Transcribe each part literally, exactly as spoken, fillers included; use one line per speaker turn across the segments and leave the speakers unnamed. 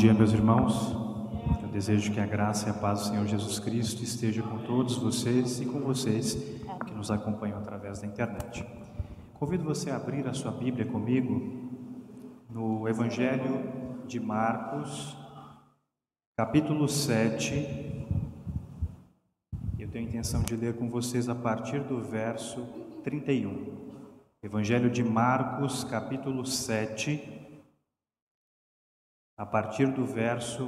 dia, meus irmãos. Eu desejo que a graça e a paz do Senhor Jesus Cristo esteja com todos vocês e com vocês que nos acompanham através da internet. Convido você a abrir a sua Bíblia comigo no Evangelho de Marcos, capítulo sete. Eu tenho a intenção de ler com vocês a partir do verso trinta e um. Evangelho de Marcos, capítulo sete, a partir do verso...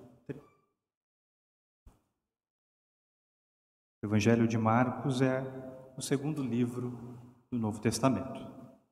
O Evangelho de Marcos é o segundo livro do Novo Testamento.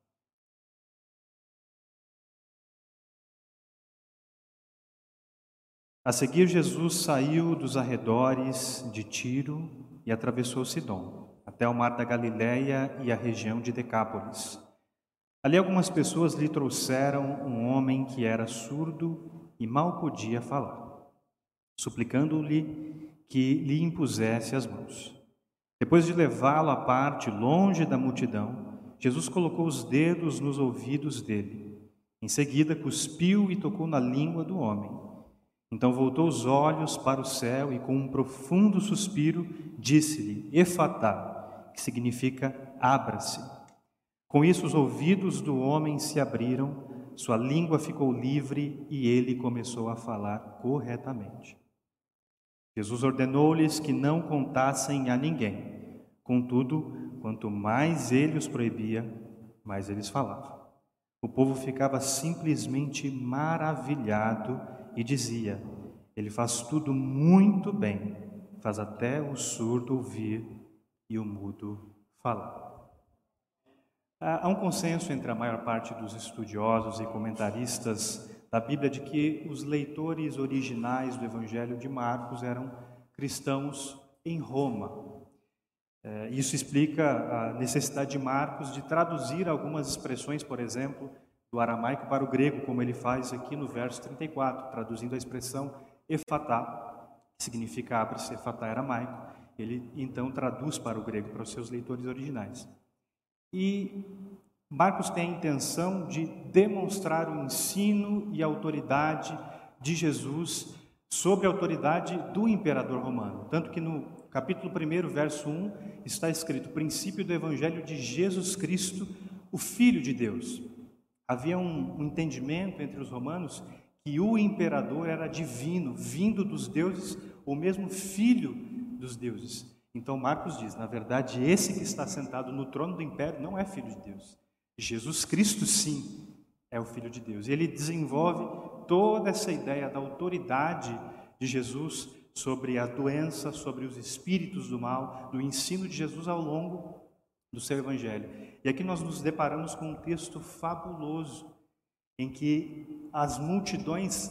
A seguir, Jesus saiu dos arredores de Tiro e atravessou Sidom, até o mar da Galileia e a região de Decápolis. Ali algumas pessoas lhe trouxeram um homem que era surdo e mal podia falar, suplicando-lhe que lhe impusesse as mãos. Depois de levá-lo à parte, longe da multidão, Jesus colocou os dedos nos ouvidos dele. Em seguida, cuspiu e tocou na língua do homem. Então voltou os olhos para o céu e, com um profundo suspiro, disse-lhe: Efatá, que significa abra-se. Com isso, os ouvidos do homem se abriram, sua língua ficou livre e ele começou a falar corretamente. Jesus ordenou-lhes que não contassem a ninguém. Contudo, quanto mais ele os proibia, mais eles falavam. O povo ficava simplesmente maravilhado e dizia: ele faz tudo muito bem, faz até o surdo ouvir e o mudo falar. Há um consenso entre a maior parte dos estudiosos e comentaristas da Bíblia de que os leitores originais do Evangelho de Marcos eram cristãos em Roma. Isso explica a necessidade de Marcos de traduzir algumas expressões, por exemplo, do aramaico para o grego, como ele faz aqui no verso trinta e quatro, traduzindo a expressão efatá, que significa abre-se, efatá aramaico. Ele então traduz para o grego, para os seus leitores originais. E Marcos tem a intenção de demonstrar o ensino e a autoridade de Jesus sobre a autoridade do imperador romano. Tanto que no capítulo um, verso um, está escrito: princípio do Evangelho de Jesus Cristo, o Filho de Deus. Havia um, um entendimento entre os romanos que o imperador era divino, vindo dos deuses, ou mesmo filho dos deuses. Então Marcos diz, na verdade, esse que está sentado no trono do império não é filho de Deus. Jesus Cristo, sim, é o Filho de Deus. E ele desenvolve toda essa ideia da autoridade de Jesus sobre a doença, sobre os espíritos do mal, do ensino de Jesus ao longo do seu Evangelho. E aqui nós nos deparamos com um texto fabuloso, em que as multidões,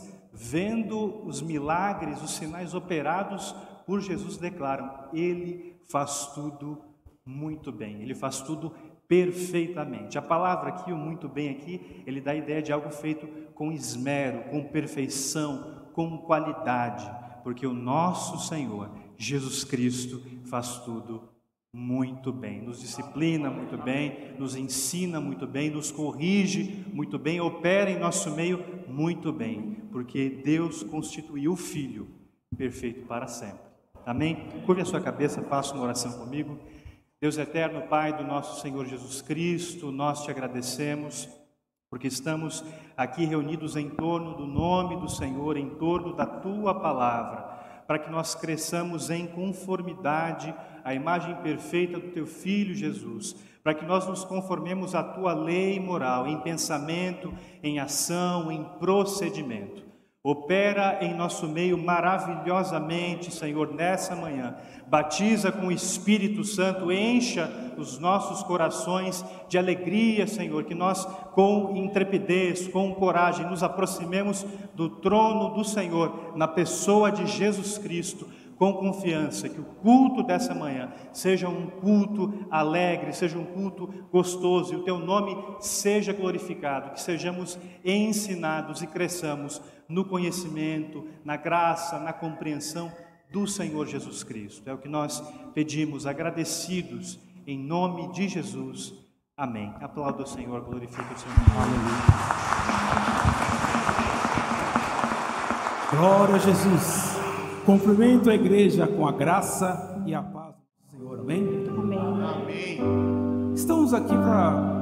vendo os milagres, os sinais operados por Jesus, declaram: ele faz tudo muito bem, ele faz tudo perfeitamente. A palavra aqui, o muito bem aqui, ele dá a ideia de algo feito com esmero, com perfeição, com qualidade, porque o nosso Senhor, Jesus Cristo, faz tudo muito bem, nos disciplina muito bem, nos ensina muito bem, nos corrige muito bem, opera em nosso meio muito bem, porque Deus constituiu o Filho perfeito para sempre. Amém? Curve a sua cabeça, faça uma oração comigo. Deus eterno, Pai do nosso Senhor Jesus Cristo, nós te agradecemos porque estamos aqui reunidos em torno do nome do Senhor, em torno da Tua Palavra, para que nós cresçamos em conformidade à imagem perfeita do Teu Filho Jesus, para que nós nos conformemos à Tua lei moral, em pensamento, em ação, em procedimento. Opera em nosso meio maravilhosamente, Senhor, nessa manhã. Batiza com o Espírito Santo, encha os nossos corações de alegria, Senhor, que nós com intrepidez, com coragem, nos aproximemos do trono do Senhor, na pessoa de Jesus Cristo, com confiança, que o culto dessa manhã seja um culto alegre, seja um culto gostoso, e o Teu nome seja glorificado, que sejamos ensinados e cresçamos no conhecimento, na graça, na compreensão do Senhor Jesus Cristo. É o que nós pedimos, agradecidos, em nome de Jesus. Amém. Aplauda o Senhor, glorifica o Senhor. Aleluia.
Glória a Jesus. Cumprimento a igreja com a graça e a paz do Senhor. Amém?
Amém.
Amém. Estamos aqui para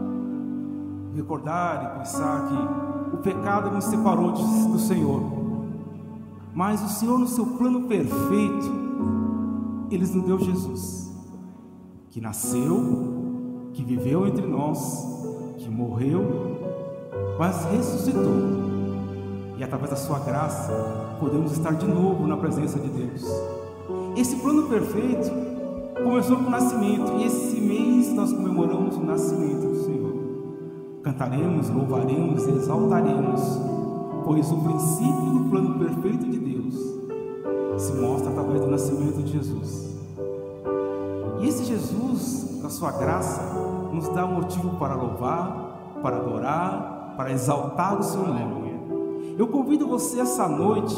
recordar e pensar que o pecado nos separou do Senhor. Mas o Senhor, no seu plano perfeito, Ele nos deu Jesus, que nasceu, que viveu entre nós, que morreu, mas ressuscitou. E através da sua graça, podemos estar de novo na presença de Deus. Esse plano perfeito começou com o nascimento, e esse mês nós comemoramos o nascimento do Senhor. Cantaremos, louvaremos e exaltaremos, pois o princípio do plano perfeito de Deus se mostra através do nascimento de Jesus. E esse Jesus, com a sua graça, nos dá um motivo para louvar, para adorar, para exaltar o seu nome. Eu convido você essa noite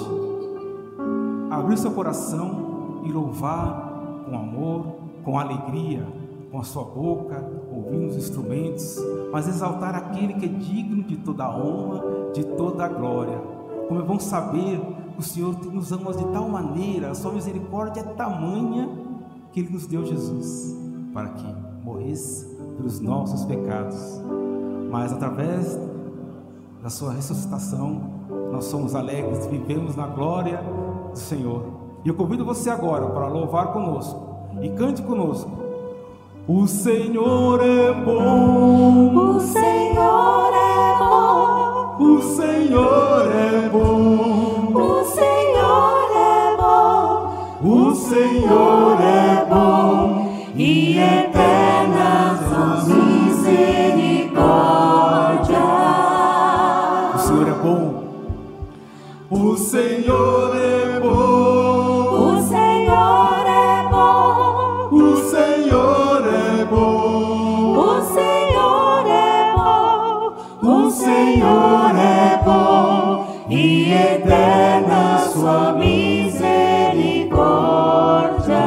a abrir seu coração e louvar com amor, com alegria, com a sua boca, ouvindo os instrumentos, mas exaltar aquele que é digno de toda a honra, de toda a glória. Como é bom saber que o Senhor nos ama de tal maneira, a sua misericórdia é tamanha, que Ele nos deu Jesus, para que morresse pelos nossos pecados. Mas através da sua ressuscitação, nós somos alegres, vivemos na glória do Senhor. E eu convido você agora para louvar conosco e cante conosco. O Senhor é bom,
O Senhor é bom,
o Senhor é bom,
o Senhor é bom,
o Senhor é bom,
e eterna sua misericórdia.
O Senhor é bom, o Senhor é bom,
O Senhor é bom,
o Senhor é bom,
o Senhor é bom,
o Senhor é bom,
e eterna sua misericórdia.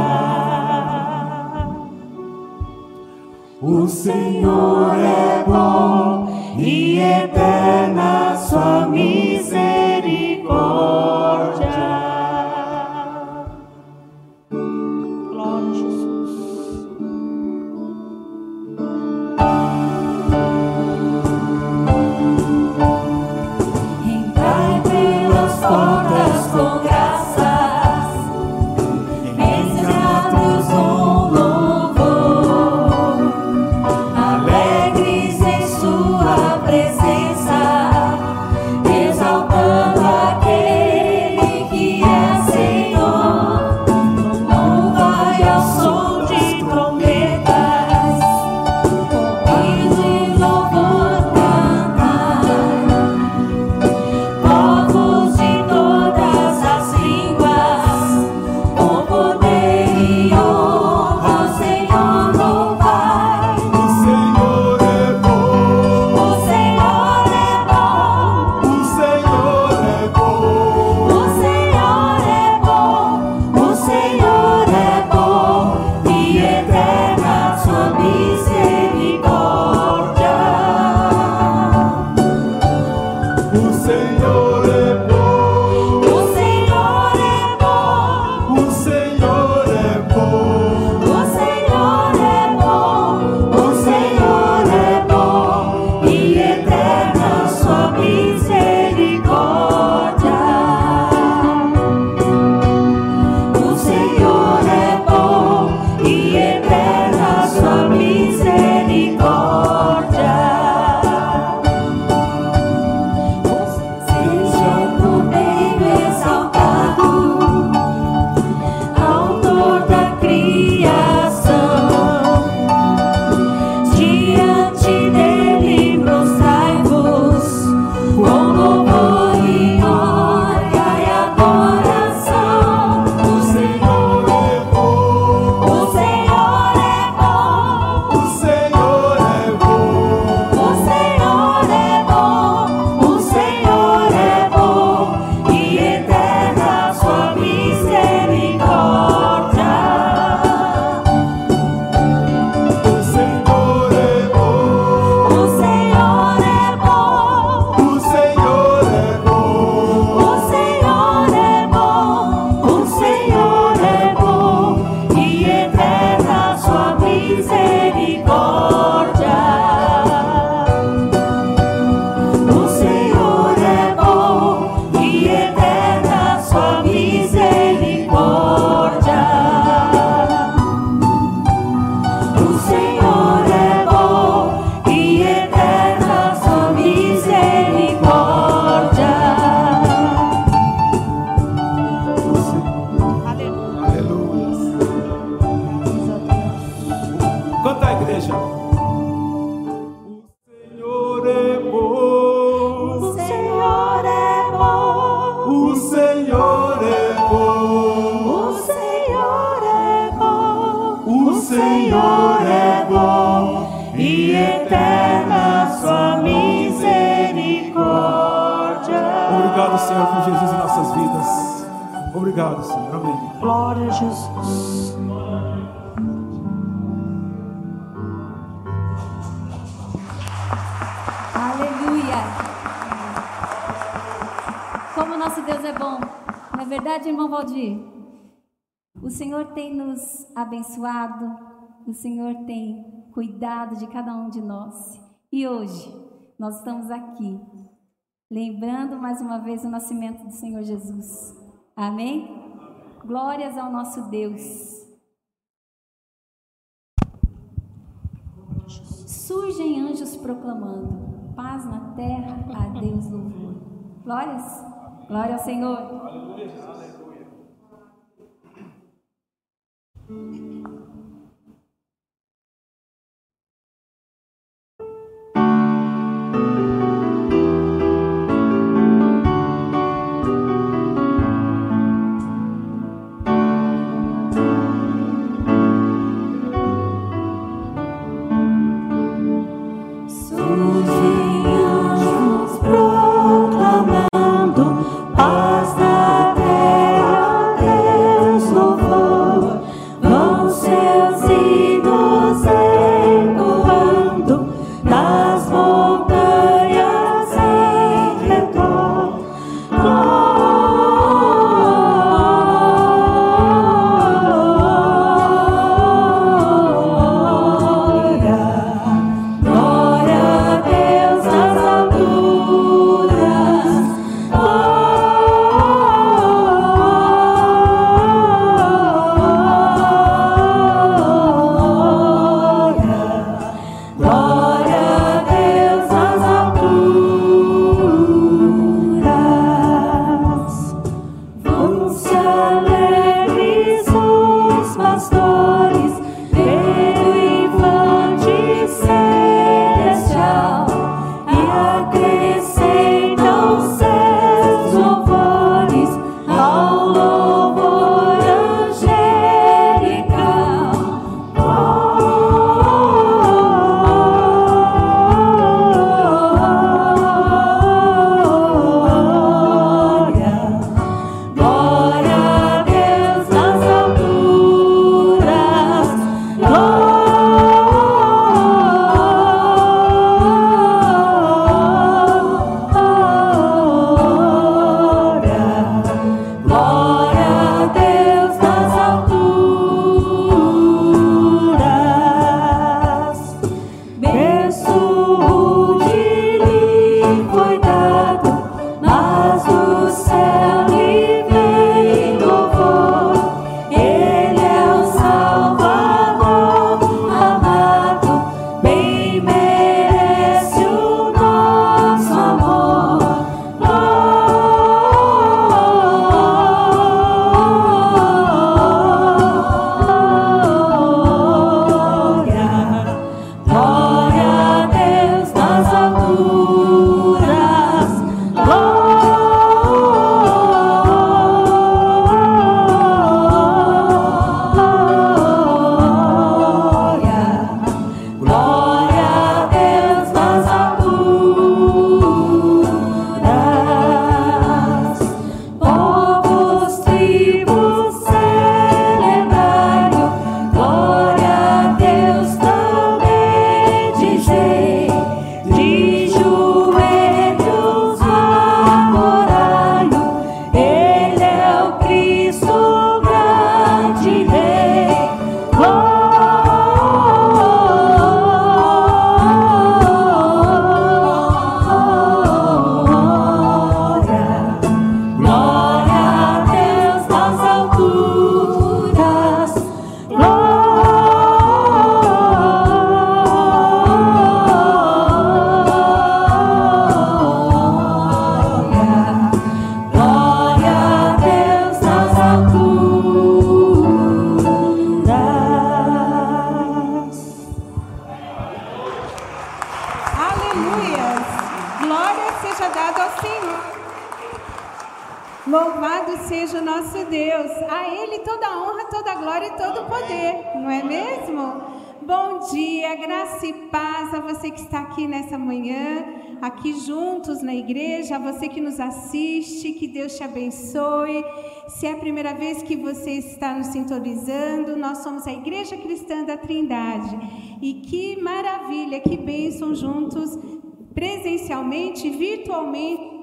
o Senhor é bom,
E eterna sua misericórdia. Glória a Jesus. Entrai pelas portas com graças, encerrados com louvor, alegres em sua presença, exaltando aquele que é Senhor. Louvai ao som de trombetas, com hinos e louvor cantai, povos de todas as línguas, com poder e honra ao Senhor louvai.
o Senhor é bom,
O Senhor é bom,
o Senhor é bom,
o Senhor é bom, o Senhor é bom, e eterna sua misericórdia.
o Senhor é bom,
O Senhor é bom,
o Senhor é bom,
Senhor é bom e eterna sua misericórdia.
Obrigado, Senhor, por Jesus em nossas vidas. Obrigado, Senhor. Amém.
Glória a Jesus.
Aleluia! Como nosso Deus é bom. Não é verdade, irmão Valdir? O Senhor tem nos abençoado, o Senhor tem cuidado de cada um de nós. E hoje, nós estamos aqui, lembrando mais uma vez o nascimento do Senhor Jesus. Amém? Glórias ao nosso Deus. Surgem anjos proclamando: paz na terra, a Deus louvor. Glórias, glória ao Senhor.
Aleluia.
Paz na terra, Deus louvor.
Louvado seja o nosso Deus. A Ele toda a honra, toda a glória e todo o poder, não é mesmo? Bom dia, graça e paz a você que está aqui nessa manhã, aqui juntos na igreja, a você que nos assiste, que Deus te abençoe. Se é a primeira vez que você está nos sintonizando, nós somos a Igreja Cristã da Trindade. E que maravilha, que bênção juntos, presencialmente e virtualmente.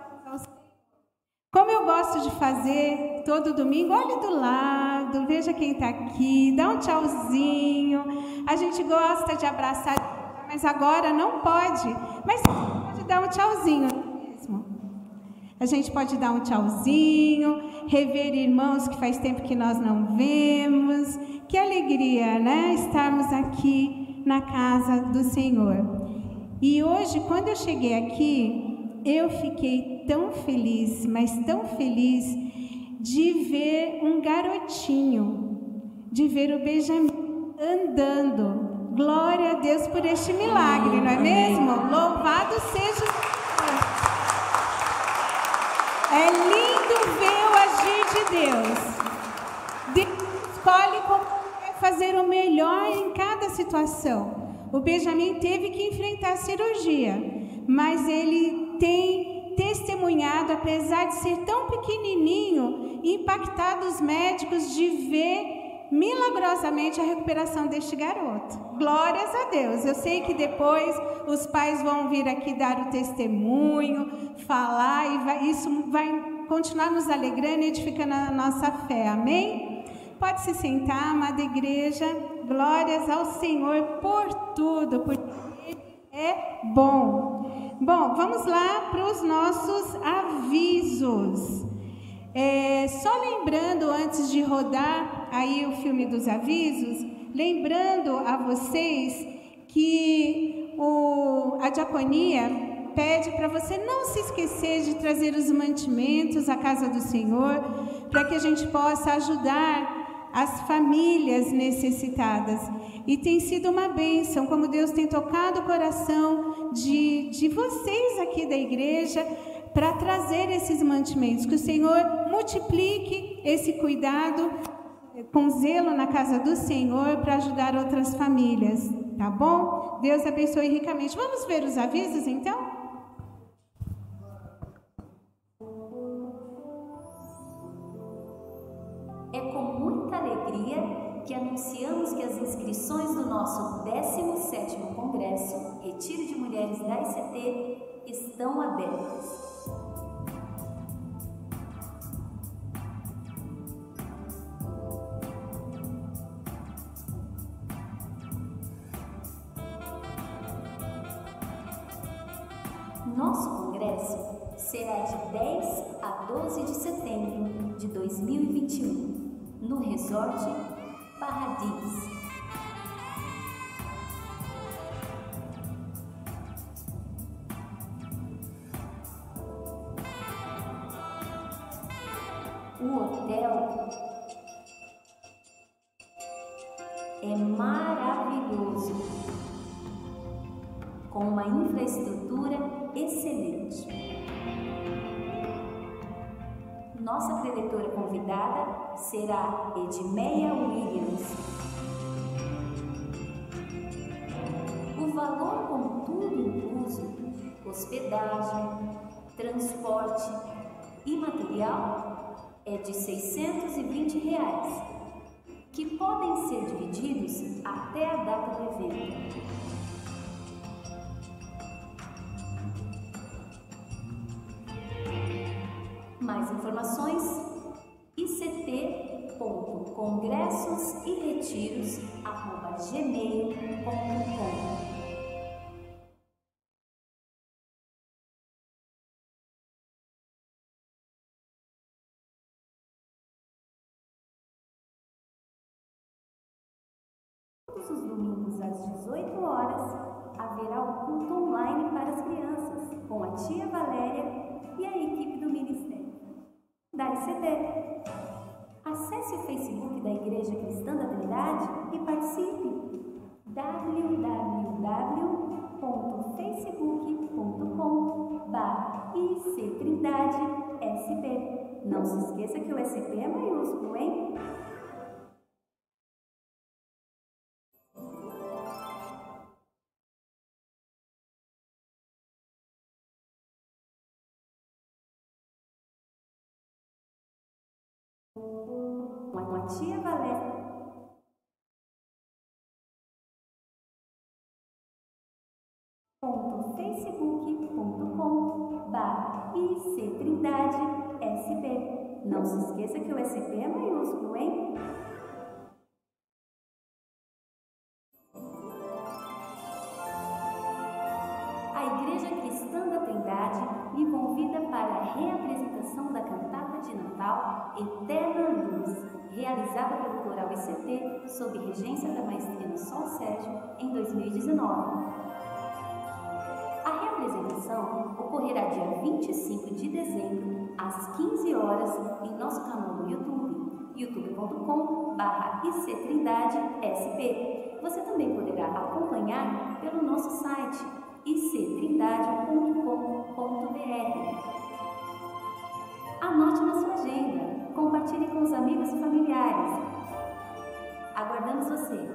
Como eu gosto de fazer todo domingo, olhe do lado, veja quem está aqui, dá um tchauzinho. A gente gosta de abraçar, mas agora não pode. Mas pode dar um tchauzinho mesmo. A gente pode dar um tchauzinho, rever irmãos que faz tempo que nós não vemos. Que alegria, né? Estarmos aqui na casa do Senhor. E hoje, quando eu cheguei aqui, eu fiquei tão feliz, mas tão feliz de ver um garotinho, de ver o Benjamin andando. Glória a Deus por este milagre, não é mesmo? Louvado seja o Senhor. É lindo ver o agir de Deus. Deus escolhe como quer fazer o melhor em cada situação. O Benjamin teve que enfrentar a cirurgia, mas ele tem testemunhado, apesar de ser tão pequenininho, impactado os médicos de ver milagrosamente a recuperação deste garoto. Glórias a Deus. Eu sei que depois os pais vão vir aqui dar o testemunho, falar, e vai, isso vai continuar nos alegrando e edificando a nossa fé. Amém? Pode se sentar, amada igreja. Glórias ao Senhor por tudo, porque Ele é bom. Bom, vamos lá para os nossos avisos. É, só lembrando, antes de rodar aí o filme dos avisos, lembrando a vocês que o, a diaconia pede para você não se esquecer de trazer os mantimentos à casa do Senhor, para que a gente possa ajudar as famílias necessitadas. E tem sido uma bênção, como Deus tem tocado o coração de, de vocês aqui da igreja, para trazer esses mantimentos. Que o Senhor multiplique esse cuidado com zelo na casa do Senhor, para ajudar outras famílias, tá bom? Deus abençoe ricamente. Vamos ver os avisos, então?
É com muita alegria que anunciamos que as inscrições do nosso décimo sétimo Congresso Retiro de Mulheres da I C T estão abertas. Nosso congresso será de dez a doze de setembro de dois mil e vinte e um, no Resort Paradis. O hotel é maravilhoso, com uma infraestrutura excelente. Nossa preletora convidada será Edmeia Williams. O valor com tudo incluso, hospedagem, transporte e material é de seiscentos e vinte reais, que podem ser divididos até a data do evento. Mais informações, i c t ponto congressos e retiros arroba gmail ponto com. Todos os domingos às dezoito horas haverá o culto online para as crianças, com a tia Valéria e a equipe do Ministério da I C T. Acesse o Facebook da Igreja Cristã da Trindade e participe. w w w ponto facebook ponto com barra I C Trindade S B. Não se esqueça que o S B é maiúsculo, hein? Com a tia Valéria. facebook.com barra IC Trindade S B. Não se esqueça que o S B é maiúsculo, hein? A Igreja Cristã da Trindade lhe convida para a reapresentação da cantata de Natal Eterna Luz, realizada pelo Coral I C T sob regência da maestrina Sol Sérgio em dois mil e dezenove. A reapresentação ocorrerá dia vinte e cinco de dezembro, às quinze horas, em nosso canal no YouTube, youtube ponto com barra I C Trindade S B. Você também poderá acompanhar pelo nosso site i c trindade ponto com ponto b r. Anote na sua agenda, compartilhe com os amigos e familiares. Aguardamos você!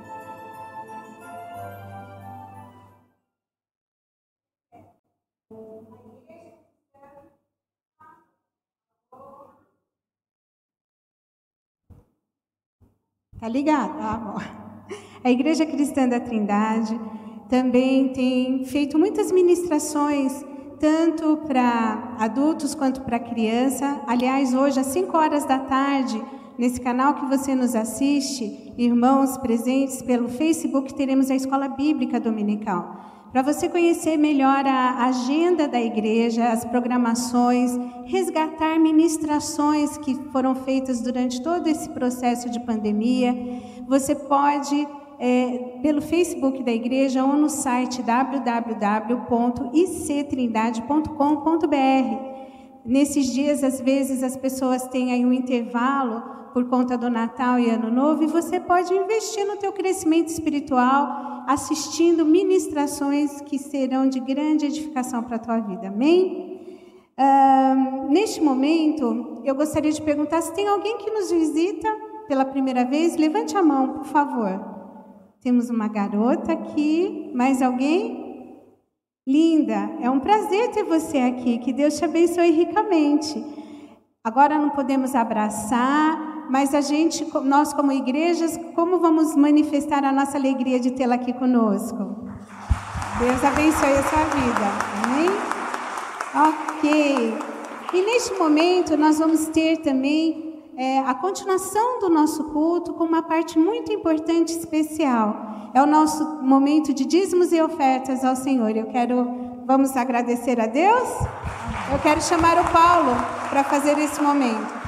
Tá ligado? Ah, bom. A Igreja Cristã da Trindade também tem feito muitas ministrações, tanto para adultos quanto para criança. Aliás, hoje, às cinco horas da tarde, nesse canal que você nos assiste, irmãos presentes pelo Facebook, teremos a Escola Bíblica Dominical. Para você conhecer melhor a agenda da igreja, as programações, resgatar ministrações que foram feitas durante todo esse processo de pandemia, você pode, é, pelo Facebook da igreja ou no site w w w ponto i c trindade ponto com ponto b r. Nesses dias, às vezes, as pessoas têm aí um intervalo por conta do Natal e Ano Novo, e você pode investir no teu crescimento espiritual, assistindo ministrações que serão de grande edificação para a tua vida. Amém? Uh, neste momento, eu gostaria de perguntar se tem alguém que nos visita pela primeira vez. Levante a mão, por favor. Temos uma garota aqui. Mais alguém? Linda, é um prazer ter você aqui. Que Deus te abençoe ricamente. Agora não podemos abraçar, mas a gente, nós como igrejas, como vamos manifestar a nossa alegria de tê-la aqui conosco? Deus abençoe a sua vida. Amém? Ok. E neste momento nós vamos ter também é, a continuação do nosso culto com uma parte muito importante e especial. É o nosso momento de dízimos e ofertas ao Senhor. Eu quero, vamos agradecer a Deus? Eu quero chamar o Paulo para fazer esse momento.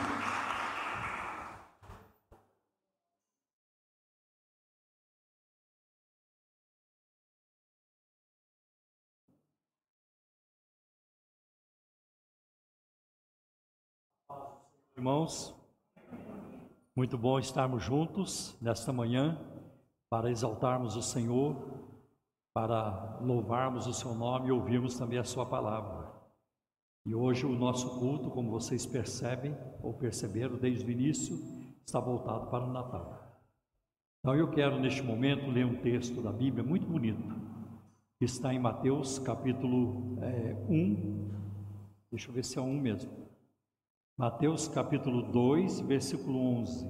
Irmãos, muito bom estarmos juntos nesta manhã para exaltarmos o Senhor, para louvarmos o seu nome e ouvirmos também a sua palavra. E hoje o nosso culto, como vocês percebem ou perceberam desde o início, está voltado para o Natal. Então eu quero neste momento ler um texto da Bíblia muito bonito, que está em Mateus capítulo é, um, deixa eu ver se é um mesmo. Mateus capítulo dois, versículo onze.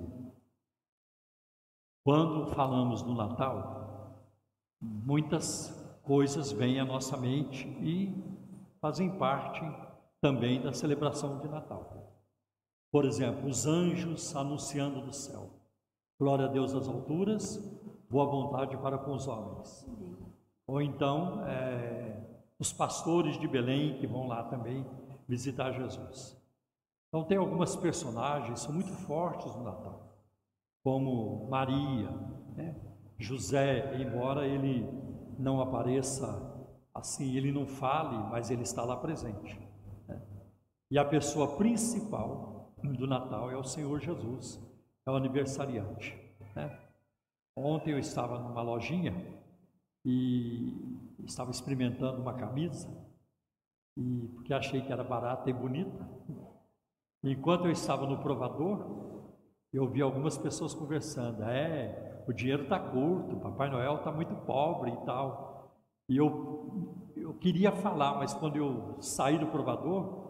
Quando falamos do Natal, muitas coisas vêm à nossa mente e fazem parte também da celebração de Natal. Por exemplo, os anjos anunciando do céu: glória a Deus nas alturas, boa vontade para com os homens. Ou então, é, os pastores de Belém que vão lá também visitar Jesus. Então tem algumas personagens que são muito fortes no Natal, como Maria, né? José, embora ele não apareça assim, ele não fale, mas ele está lá presente, né? E a pessoa principal do Natal é o Senhor Jesus, é o aniversariante, né? Ontem eu estava numa lojinha e estava experimentando uma camisa, e porque achei que era barata e bonita. Enquanto eu estava no provador, eu vi algumas pessoas conversando. É, o dinheiro está curto, Papai Noel está muito pobre e tal. E eu, eu queria falar, mas quando eu saí do provador,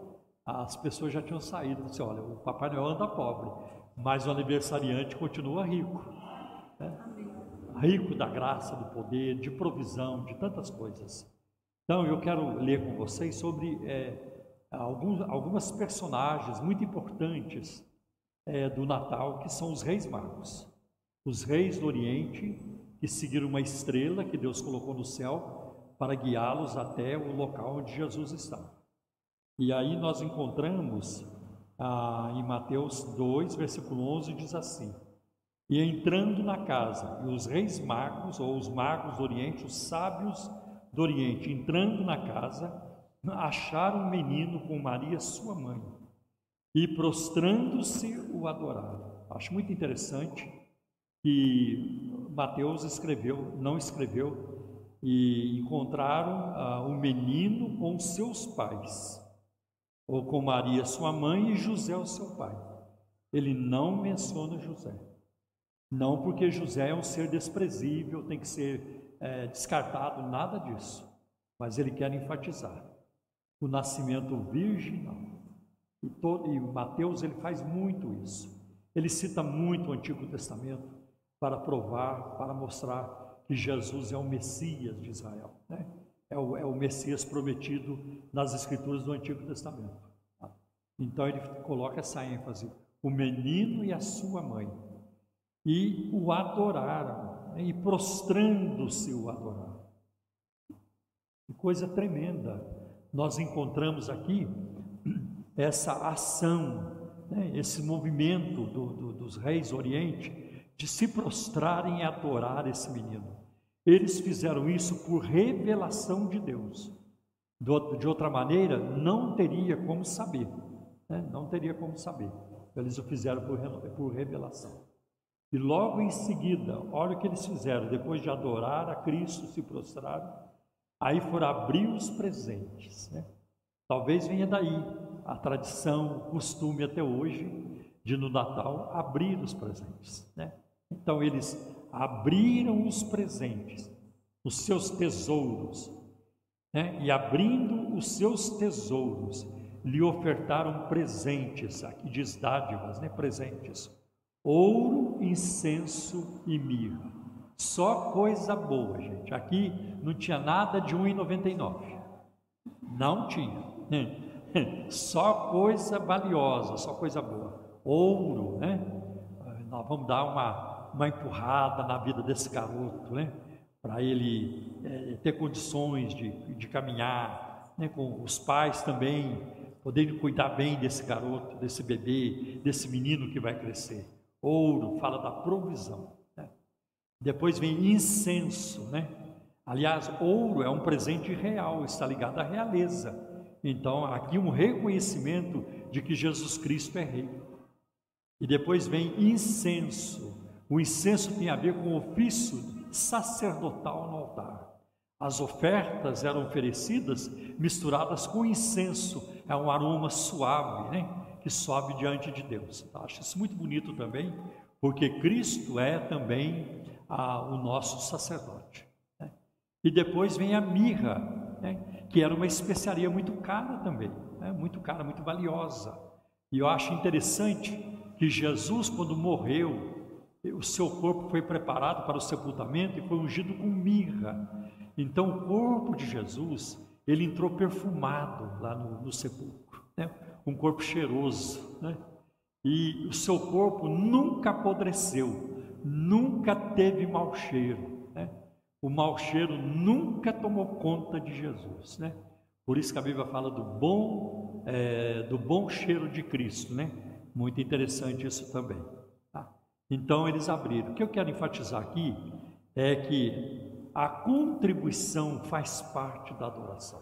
as pessoas já tinham saído. Disse, olha, o Papai Noel anda pobre, mas o aniversariante continua rico, né? Rico da graça, do poder, de provisão, de tantas coisas. Então, eu quero ler com vocês sobre é, alguns, algumas personagens muito importantes é, do Natal, que são os Reis Magos. Os reis do Oriente, que seguiram uma estrela que Deus colocou no céu para guiá-los até o local onde Jesus está. E aí nós encontramos ah, em Mateus dois, versículo onze, diz assim: e entrando na casa, e os reis magos, ou os magos do Oriente, os sábios do Oriente, entrando na casa, acharam um menino com Maria, sua mãe, e prostrando-se o adoraram. Acho muito interessante que Mateus escreveu, não escreveu, e encontraram ah, o menino com seus pais, ou com Maria, sua mãe, e José, o seu pai. Ele não menciona José. Não porque José é um ser desprezível, tem que ser é, descartado, nada disso. Mas ele quer enfatizar o nascimento virginal. E, todo, e Mateus ele faz muito isso. Ele cita muito o Antigo Testamento para provar, para mostrar que Jesus é o Messias de Israel, né? É o, é o Messias prometido nas Escrituras do Antigo Testamento. Tá? Então ele coloca essa ênfase, o menino e a sua mãe. E o adoraram, né? E prostrando-se o adoraram. Que coisa tremenda. Nós encontramos aqui essa ação, né? Esse movimento do, do, dos reis do Oriente de se prostrarem e adorar esse menino. Eles fizeram isso por revelação de Deus. De outra maneira, não teria como saber, né? Não teria como saber. Eles o fizeram por, por revelação. E logo em seguida, olha o que eles fizeram, depois de adorar a Cristo, se prostraram, aí foram abrir os presentes, né? Talvez venha daí a tradição, o costume até hoje, de no Natal abrir os presentes, né? Então eles abriram os presentes, os seus tesouros, né? E abrindo os seus tesouros, lhe ofertaram presentes, aqui diz dádivas, né? Presentes, ouro, incenso e mirra. Só coisa boa, gente. Aqui não tinha nada de um real e noventa e nove centavos. Não tinha. Só coisa valiosa, só coisa boa. Ouro, né? Nós vamos dar uma, uma empurrada na vida desse garoto, né? Para ele é, ter condições de, de caminhar, né? Com os pais também poderem cuidar bem desse garoto, desse bebê, desse menino que vai crescer. Ouro fala da provisão, né? Depois vem incenso, né? Aliás, ouro é um presente real, está ligado à realeza. Então, aqui um reconhecimento de que Jesus Cristo é rei. E depois vem incenso. O incenso tem a ver com o ofício sacerdotal no altar. As ofertas eram oferecidas misturadas com incenso, é um aroma suave, né? Que sobe diante de Deus. Acho isso muito bonito também, porque Cristo é também ah, o nosso sacerdote, né? E depois vem a mirra, né? Que era uma especiaria muito cara também, né? Muito cara, muito valiosa. E eu acho interessante que Jesus, quando morreu, o seu corpo foi preparado para o sepultamento e foi ungido com mirra. Então o corpo de Jesus, ele entrou perfumado lá no, no sepulcro, né? Um corpo cheiroso, né? E o seu corpo nunca apodreceu, nunca teve mau cheiro, né? O mau cheiro nunca tomou conta de Jesus, né? Por isso que a Bíblia fala do bom, é, do bom cheiro de Cristo, né? Muito interessante isso também, tá? Então eles abriram. O que eu quero enfatizar aqui é que a contribuição faz parte da adoração.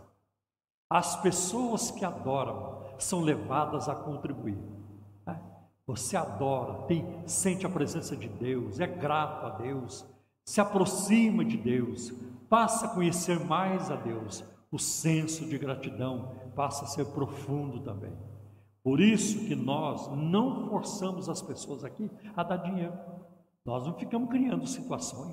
As pessoas que adoram são levadas a contribuir, né? Você adora, tem, sente a presença de Deus, é grato a Deus, se aproxima de Deus, passa a conhecer mais a Deus, o senso de gratidão passa a ser profundo também. Por isso que nós não forçamos as pessoas aqui a dar dinheiro. Nós não ficamos criando situações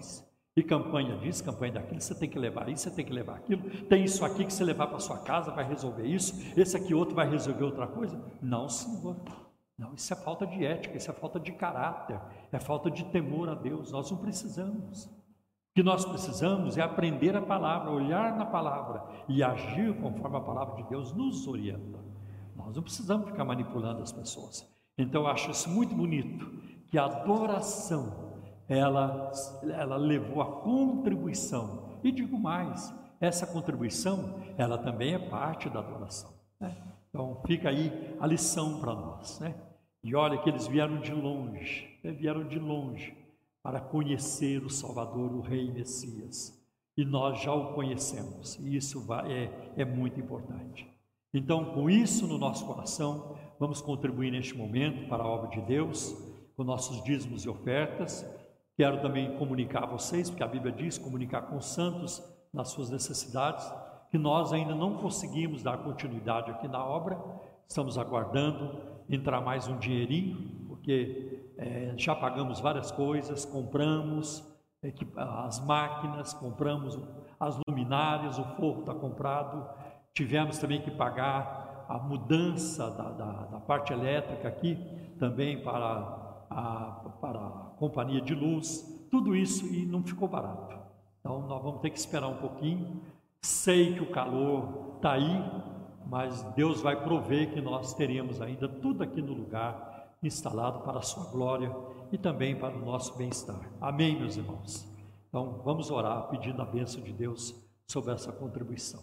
E campanha disso, campanha daquilo, você tem que levar isso, você tem que levar aquilo, tem isso aqui que você levar para sua casa, vai resolver isso, esse aqui outro vai resolver outra coisa. Não, Senhor, não, isso é falta de ética, isso é falta de caráter, é falta de temor a Deus. Nós não precisamos. O que nós precisamos é aprender a palavra, olhar na palavra e agir conforme a palavra de Deus nos orienta. Nós não precisamos ficar manipulando as pessoas. Então eu acho isso muito bonito, que a adoração, ela, ela levou a contribuição. E digo mais, essa contribuição, ela também é parte da adoração, né? Então fica aí a lição para nós, né? E olha que eles vieram de longe, né? Vieram de longe para conhecer o Salvador, o Rei Messias. E nós já o conhecemos, e isso vai, é, é muito importante. Então, com isso no nosso coração, vamos contribuir neste momento para a obra de Deus, com nossos dízimos e ofertas. Quero também comunicar a vocês, porque a Bíblia diz, comunicar com os santos nas suas necessidades, que nós ainda não conseguimos dar continuidade aqui na obra, estamos aguardando entrar mais um dinheirinho, porque é, já pagamos várias coisas, compramos é, que, as máquinas, compramos as luminárias, o forro está comprado, tivemos também que pagar a mudança da, da, da parte elétrica aqui, também para a, para a companhia de luz, tudo isso, e não ficou barato. Então nós vamos ter que esperar um pouquinho. Sei que o calor está aí, mas Deus vai prover que nós teremos ainda tudo aqui no lugar instalado para a sua glória e também para o nosso bem-estar. Amém, meus irmãos? Então vamos orar pedindo a bênção de Deus sobre essa contribuição.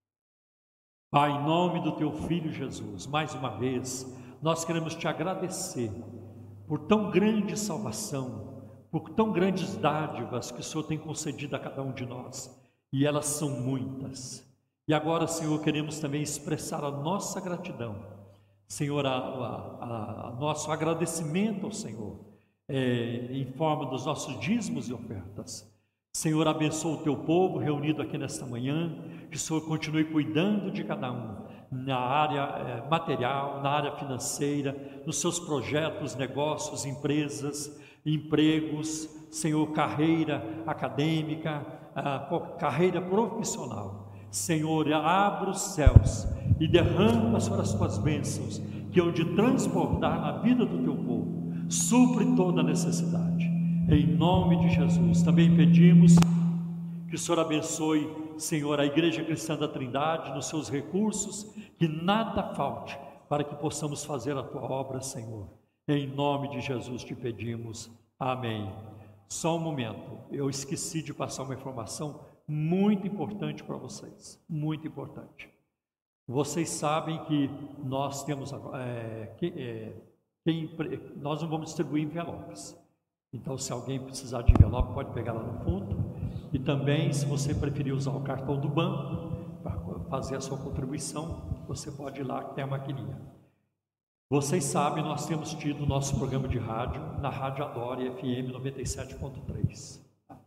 Pai, em nome do teu Filho Jesus, mais uma vez nós queremos te agradecer por tão grande salvação, por tão grandes dádivas que o Senhor tem concedido a cada um de nós, e elas são muitas. E agora, Senhor, queremos também expressar a nossa gratidão, Senhor, a, a, a nosso agradecimento ao Senhor, é, em forma dos nossos dízimos e ofertas. Senhor, abençoa o teu povo reunido aqui nesta manhã, que o Senhor continue cuidando de cada um, na área é, material, na área financeira, nos seus projetos, negócios, empresas, empregos, Senhor, carreira acadêmica, a carreira profissional. Senhor, abra os céus e derrama, Senhor, as tuas bênçãos, que hão de transbordar na vida do teu povo, supre toda a necessidade, em nome de Jesus. Também pedimos que o Senhor abençoe, Senhor, a Igreja Cristã da Trindade, nos seus recursos, que nada falte para que possamos fazer a tua obra, Senhor. Em nome de Jesus te pedimos, amém. Só um momento, eu esqueci de passar uma informação muito importante para vocês, muito importante. Vocês sabem que nós temos, é, que, é, quem, nós não vamos distribuir envelopes. Então, se alguém precisar de envelope, pode pegar lá no fundo. E também, se você preferir usar o cartão do banco para fazer a sua contribuição, você pode ir lá que tem a maquininha. Vocês sabem, nós temos tido o nosso programa de rádio na Rádio Adore F M noventa e sete ponto três.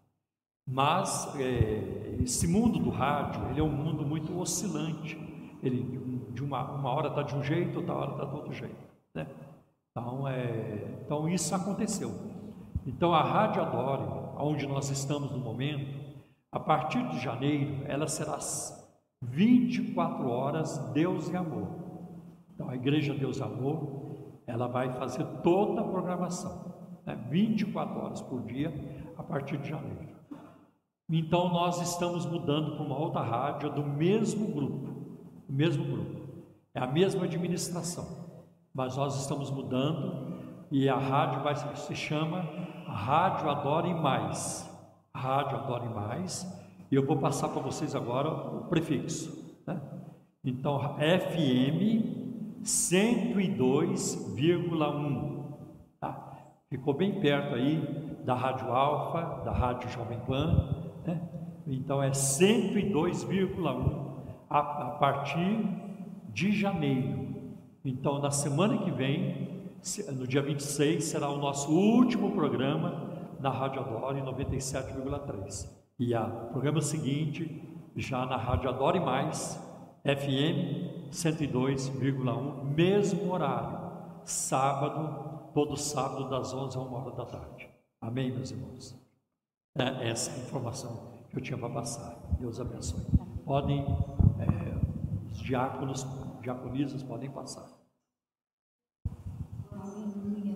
Mas é, esse mundo do rádio, ele é um mundo muito oscilante. Ele de uma, uma hora está de um jeito, outra hora está de outro jeito, né? Então, é, então isso aconteceu. Então a Rádio Adore, onde nós estamos no momento, a partir de janeiro, ela será vinte e quatro horas Deus e Amor. Então a Igreja Deus e Amor, ela vai fazer toda a programação, né? vinte e quatro horas por dia, a partir de janeiro. Então nós estamos mudando para uma outra rádio do mesmo grupo, do mesmo grupo, é a mesma administração, mas nós estamos mudando e a rádio vai se chama Rádio Adore Mais, Rádio Adore Mais, e eu vou passar para vocês agora o prefixo, né? Então F M cento e dois vírgula um, tá? Ficou bem perto aí da Rádio Alfa, da Rádio Jovem Pan, né? Então é cento e dois vírgula um a, a partir de janeiro. Então na semana que vem, no dia vinte e seis, será o nosso último programa na Rádio Adore noventa e sete vírgula três. E o programa seguinte, já na Rádio Adore Mais, F M cento e dois vírgula um, mesmo horário, sábado, todo sábado das onze a uma hora da tarde. Amém, meus irmãos? É essa informação que eu tinha para passar. Deus abençoe. Podem, é, os diáconos, diaconisas podem passar.
Aleluia.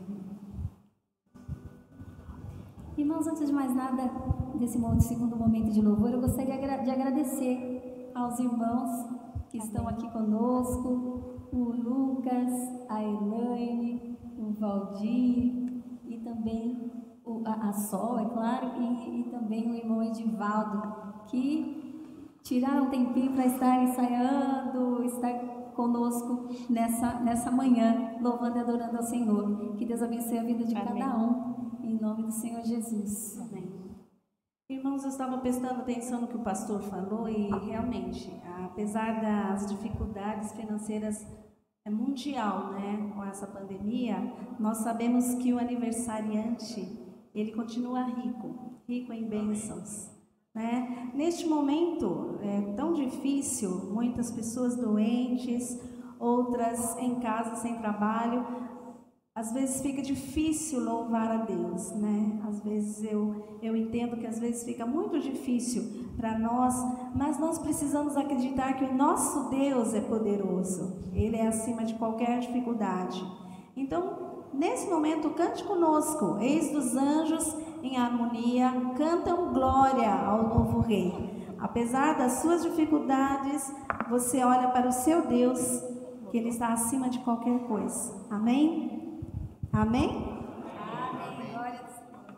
Irmãos, antes de mais nada, desse segundo momento de louvor, eu gostaria de agradecer aos irmãos que estão aqui conosco, o Lucas, a Elaine, o Valdir e também o, a, a Sol, é claro, e, e também o irmão Edivaldo, que tiraram um tempinho para estar ensaiando, estar conosco nessa, nessa manhã, louvando e adorando ao Senhor. Que Deus abençoe a vida de Amém. Cada um, em nome do Senhor Jesus.
Amém. Irmãos, eu estava prestando atenção no que o pastor falou e realmente, apesar das dificuldades financeiras mundial, né, com essa pandemia, nós sabemos que o aniversariante, ele continua rico, rico em bênçãos, né? Neste momento é tão difícil, muitas pessoas doentes, outras em casa sem trabalho, às vezes fica difícil louvar a Deus, né? Às vezes eu, eu entendo que às vezes fica muito difícil para nós, mas nós precisamos acreditar que o nosso Deus é poderoso, Ele é acima de qualquer dificuldade. Então, nesse momento, cante conosco, eis dos anjos em harmonia, cantam glória ao novo Rei. Apesar das suas dificuldades, você olha para o seu Deus, que Ele está acima de qualquer coisa. Amém? Amém?
Amém. Glória ao Senhor.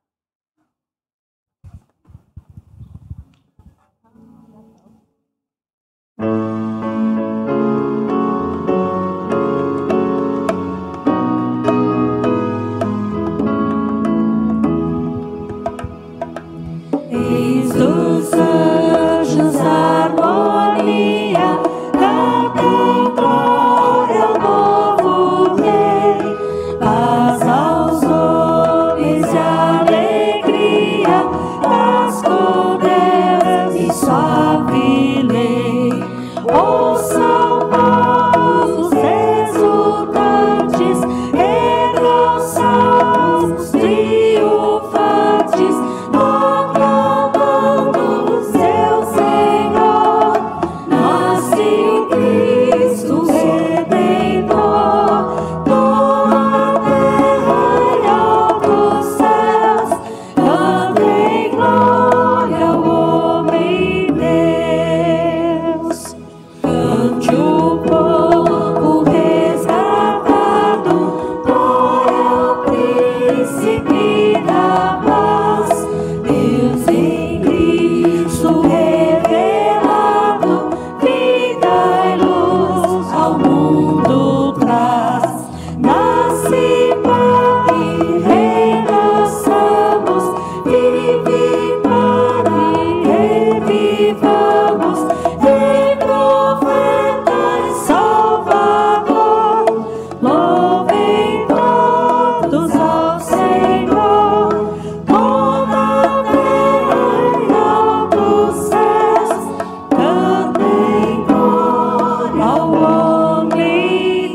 Eis dos anjos a harmonia, cantem glória ao novo Rei. Paz aos homens e alegria, paz com Deus e suave lei. Ouçam povos exultantes, erram salmos triunfantes, proclamando o seu Senhor. Nasce o Cristo Redentor, toda a terra e altos céus cantem glória ao homem Deus. Cante o povo resgatado, glória ao príncipe da paz. Deus em Cristo revelado, vida e luz ao mundo traz. Nasce para que renasçamos, vive para que revivamos. Rei, profeta e Salvador, louvem todos ao Senhor. Toda a terra e altos céus cantem glória ao homem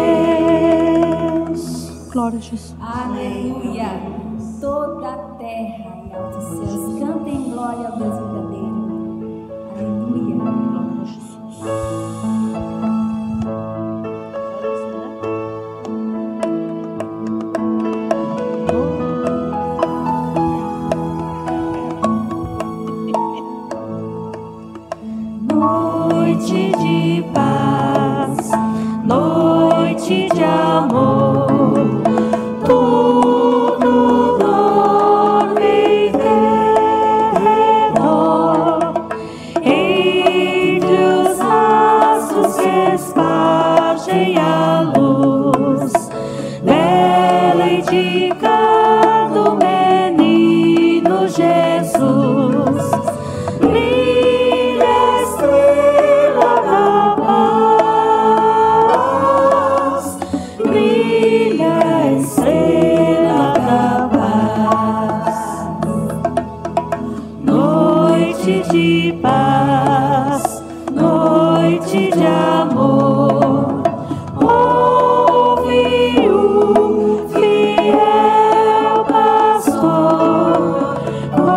Deus. Glória a Jesus.
Aleluia! Toda a terra e altos céus cantem glória ao Deus verdadeiro. Aleluia! Glória a Jesus.
Noite de paz, noite de amor, tudo dorme em redor. Entre os rastros se espargem a luz, nela indicando o menino Jesus. Brilha a estrela da paz, brilha a estrela da paz. Noite de paz, noite de amor, ouve o fiel pastor.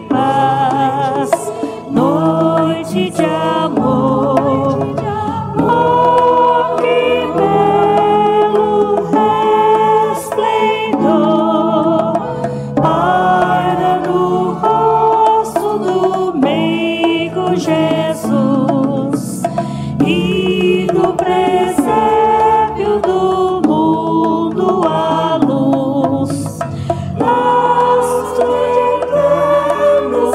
paz, noite de amor. Oh, que belo resplendor paira no rosto do meigo Jesus e do presépio do mundo a luz. Astro de eterno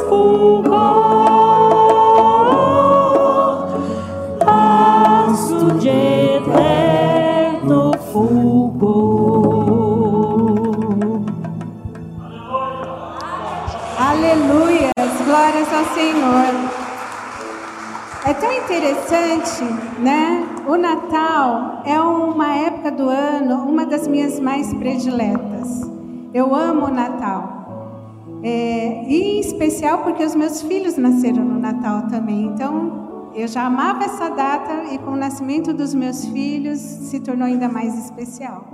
fulgor, astro de eterno fulgor.
Aleluias, glórias ao Senhor. É tão interessante, né? O Natal é uma época do ano, uma das minhas mais prediletas. Eu amo o Natal. É, e em especial porque os meus filhos nasceram no Natal também. Então, eu já amava essa data e com o nascimento dos meus filhos se tornou ainda mais especial.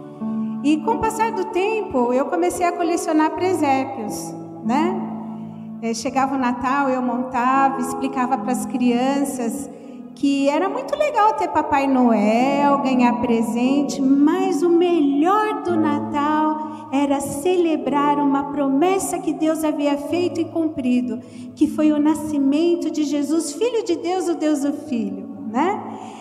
E com o passar do tempo, eu comecei a colecionar presépios, né? É, chegava o Natal, eu montava, explicava para as crianças que era muito legal ter Papai Noel, ganhar presente, mas o melhor do Natal era celebrar uma promessa que Deus havia feito e cumprido, que foi o nascimento de Jesus, Filho de Deus, o Deus do Filho, né?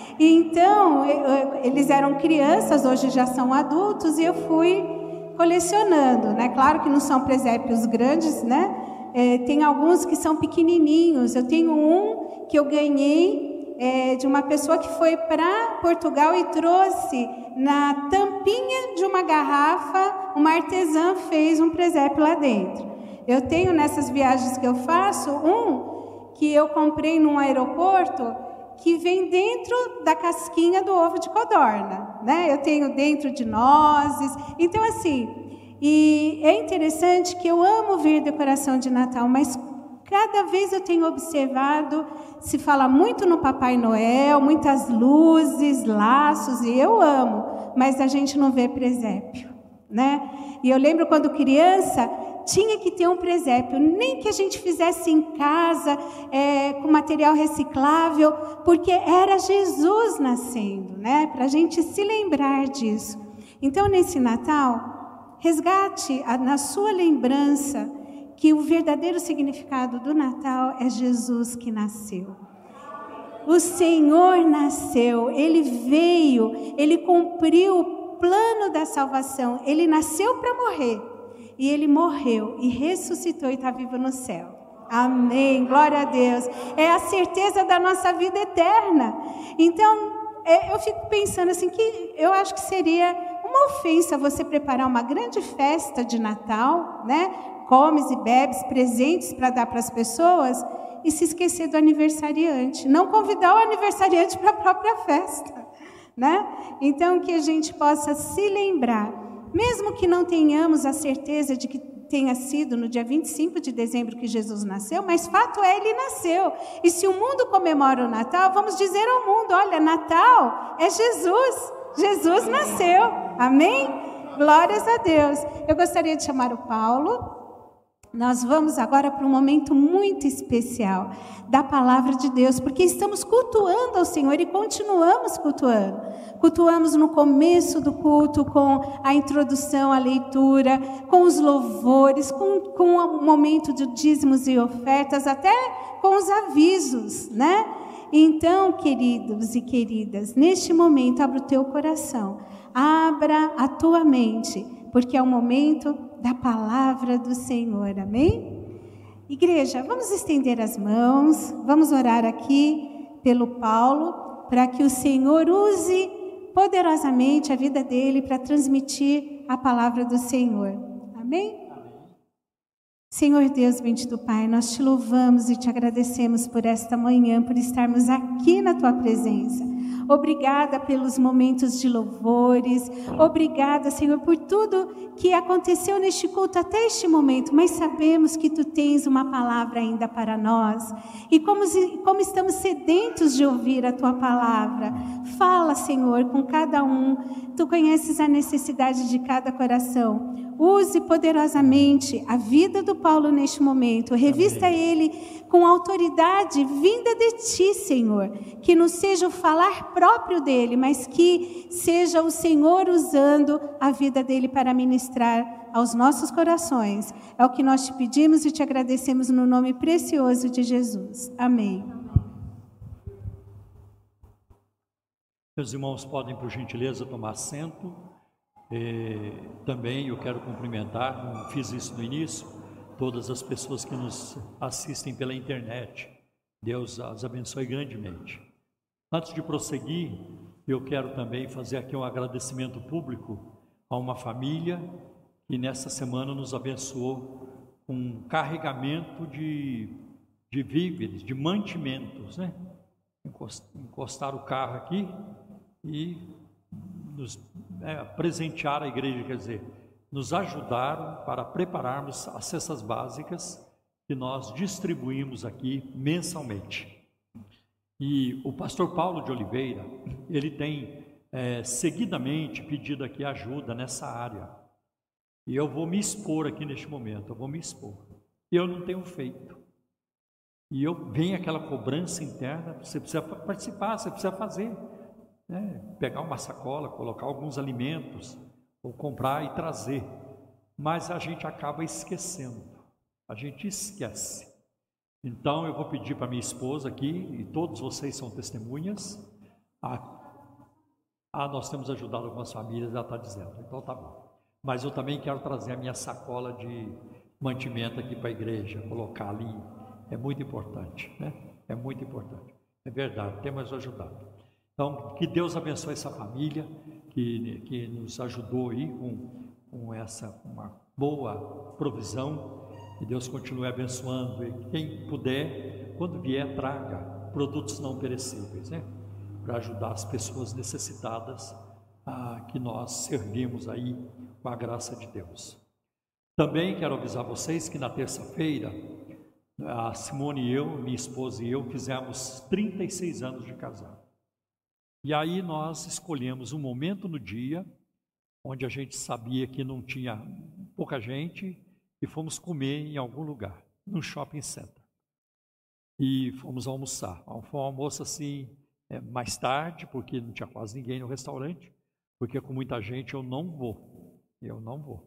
Então, eles eram crianças, hoje já são adultos, e eu fui colecionando, né? Claro que não são presépios grandes, né? É, tem alguns que são pequenininhos. Eu tenho um que eu ganhei é, de uma pessoa que foi para Portugal e trouxe na tampinha de uma garrafa, uma artesã fez um presépio lá dentro. Eu tenho nessas viagens que eu faço um que eu comprei num aeroporto que vem dentro da casquinha do ovo de codorna, né? Eu tenho dentro de nozes. Então, assim, e é interessante que eu amo ver decoração de Natal, mas cada vez eu tenho observado, se fala muito no Papai Noel, muitas luzes, laços, e eu amo, mas a gente não vê presépio, né? E eu lembro quando criança, tinha que ter um presépio, nem que a gente fizesse em casa, é, com material reciclável, porque era Jesus nascendo, né? Para a gente se lembrar disso. Então, nesse Natal, resgate a, na sua lembrança que o verdadeiro significado do Natal é Jesus que nasceu. O Senhor nasceu, Ele veio, Ele cumpriu o plano da salvação. Ele nasceu para morrer e Ele morreu e ressuscitou e está vivo no céu. Amém, glória a Deus. É a certeza da nossa vida eterna. Então, é, eu fico pensando assim, que eu acho que seria uma ofensa você preparar uma grande festa de Natal, né? Comes e bebes presentes para dar para as pessoas e se esquecer do aniversariante. Não convidar o aniversariante para a própria festa, né? Então, que a gente possa se lembrar, mesmo que não tenhamos a certeza de que tenha sido no dia vinte e cinco de dezembro que Jesus nasceu, mas fato é, Ele nasceu. E se o mundo comemora o Natal, vamos dizer ao mundo, olha, Natal é Jesus. Jesus nasceu. Amém? Glórias a Deus. Eu gostaria de chamar o Paulo. Nós vamos agora para um momento muito especial da palavra de Deus, porque estamos cultuando ao Senhor e continuamos cultuando. Cultuamos no começo do culto com a introdução, a leitura, com os louvores, com, com o momento de dízimos e ofertas, até com os avisos, né? Então, queridos e queridas, neste momento, abra o teu coração, abra a tua mente, porque é o momento da palavra do Senhor, amém? Igreja, vamos estender as mãos, vamos orar aqui pelo Paulo, para que o Senhor use poderosamente a vida dele para transmitir a palavra do Senhor, amém? Senhor Deus, bendito Pai, nós te louvamos e te agradecemos por esta manhã, por estarmos aqui na tua presença. Obrigada pelos momentos de louvores, obrigada, Senhor, por tudo que aconteceu neste culto até este momento, mas sabemos que Tu tens uma palavra ainda para nós, e como, como estamos sedentos de ouvir a Tua palavra, fala, Senhor, com cada um. Tu conheces a necessidade de cada coração. use poderosamente a vida do Paulo neste momento. Revista
Amém.
ele com autoridade vinda de ti, Senhor. Que não seja o falar próprio dele, mas que seja o Senhor usando a vida dele para ministrar aos nossos corações. É o que nós te pedimos e te agradecemos no nome precioso de Jesus. Amém.
Meus irmãos, podem, por gentileza, tomar assento. E também eu quero cumprimentar, não fiz isso no início, todas as pessoas que nos assistem pela internet. Deus as abençoe grandemente. Antes de prosseguir, eu quero também fazer aqui um agradecimento público a uma família que nessa semana nos abençoou com um carregamento de, de víveres, de mantimentos, né? Encostaram o carro aqui e nos é, presentearam a igreja, quer dizer, nos ajudaram para prepararmos as cestas básicas que nós distribuímos aqui mensalmente. E o pastor Paulo de Oliveira, ele tem é, seguidamente pedido aqui ajuda nessa área. E eu vou me expor aqui neste momento, eu vou me expor. Eu não tenho feito. E eu venho aquela cobrança interna, você precisa participar, você precisa fazer. Né? Pegar uma sacola, colocar alguns alimentos, ou comprar e trazer. Mas a gente acaba esquecendo, a gente esquece. Então eu vou pedir para minha esposa aqui, e todos vocês são testemunhas, ah, ah nós temos ajudado algumas famílias, ela está dizendo, então tá bom. Mas eu também quero trazer a minha sacola de mantimento aqui para a igreja, colocar ali, é muito importante, né? É muito importante, é verdade, temos ajudado. Então, que Deus abençoe essa família, que, que nos ajudou aí com, com essa uma boa provisão, e Deus continue abençoando, e quem puder, quando vier, traga produtos não perecíveis, né? Para ajudar as pessoas necessitadas, ah, que nós servimos aí com a graça de Deus. Também quero avisar vocês que na terça-feira, a Simone e eu, minha esposa e eu, fizemos trinta e seis anos de casado. E aí nós escolhemos um momento no dia, onde a gente sabia que não tinha pouca gente, e fomos comer em algum lugar, no shopping center. E fomos almoçar. Foi um almoço assim, é, mais tarde, porque não tinha quase ninguém no restaurante, porque com muita gente eu não vou, eu não vou.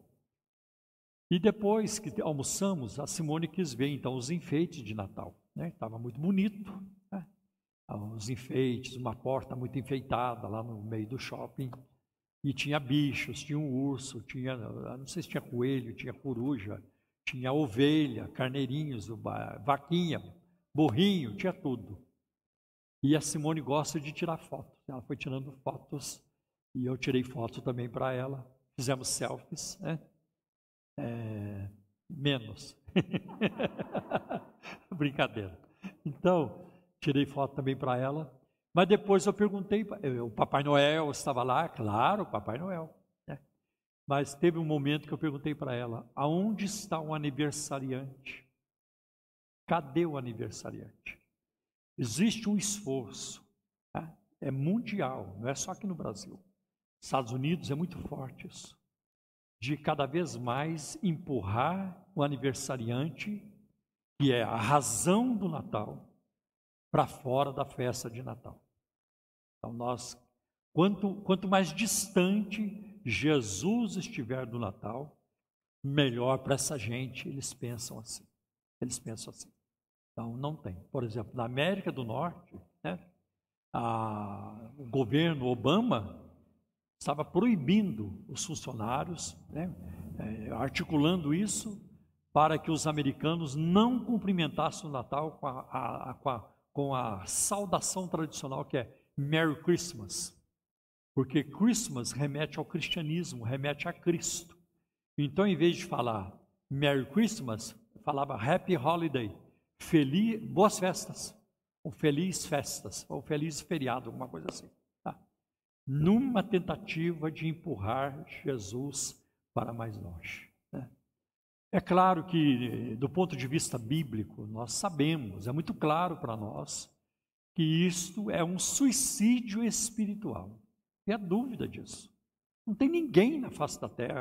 E depois que almoçamos, a Simone quis ver então os enfeites de Natal, né? Estava muito bonito, né? Os enfeites, uma porta muito enfeitada lá no meio do shopping, e tinha bichos, tinha um urso, tinha, não sei se tinha coelho, tinha coruja, tinha ovelha, carneirinhos, vaquinha, burrinho, tinha tudo. E a Simone gosta de tirar fotos, ela foi tirando fotos, e eu tirei foto também para ela, fizemos selfies, né? É, menos, brincadeira. Então, tirei foto também para ela, mas depois eu perguntei, o Papai Noel estava lá, claro, o Papai Noel, né? Mas teve um momento que eu perguntei para ela, aonde está o aniversariante? Cadê o aniversariante? Existe um esforço, tá? É mundial, não é só aqui no Brasil. Estados Unidos é muito forte isso, de cada vez mais empurrar o aniversariante, que é a razão do Natal, para fora da festa de Natal. Então nós, quanto, quanto mais distante Jesus estiver do Natal, melhor para essa gente, eles pensam assim. Eles pensam assim. Então não tem. Por exemplo, na América do Norte, né, a, o governo Obama estava proibindo os funcionários, né, é, articulando isso para que os americanos não cumprimentassem o Natal com a, a, a, com a, com a saudação tradicional que é Merry Christmas, porque Christmas remete ao cristianismo, remete a Cristo. Então, em vez de falar Merry Christmas, falava Happy Holiday, feliz, boas festas, ou feliz festas, ou feliz feriado, alguma coisa assim. Tá? Numa tentativa de empurrar Jesus para mais longe. Né? É claro que, do ponto de vista bíblico, nós sabemos, é muito claro para nós, que isto é um suicídio espiritual. Não há dúvida disso. Não tem ninguém na face da terra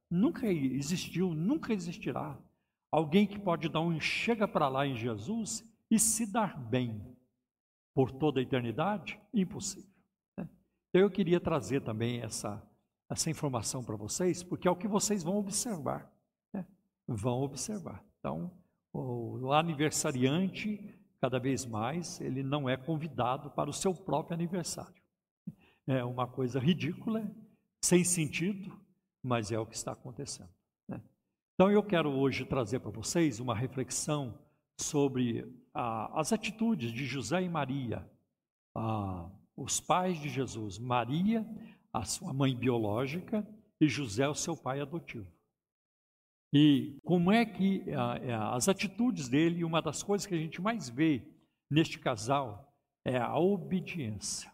Nunca existiu, nunca existirá alguém que pode dar um chega para lá em Jesus e se dar bem por toda a eternidade. Impossível, né? Então eu queria trazer também essa, essa informação para vocês, porque é o que vocês vão observar, né? Vão observar. Então, o, o aniversariante, cada vez mais, ele não é convidado para o seu próprio aniversário. É uma coisa ridícula, sem sentido, mas é o que está acontecendo, né? Então eu quero hoje trazer para vocês uma reflexão sobre ah, as atitudes de José e Maria, ah, os pais de Jesus, Maria, a sua mãe biológica, e José, o seu pai adotivo. E como é que ah, as atitudes dele, uma das coisas que a gente mais vê neste casal é a obediência.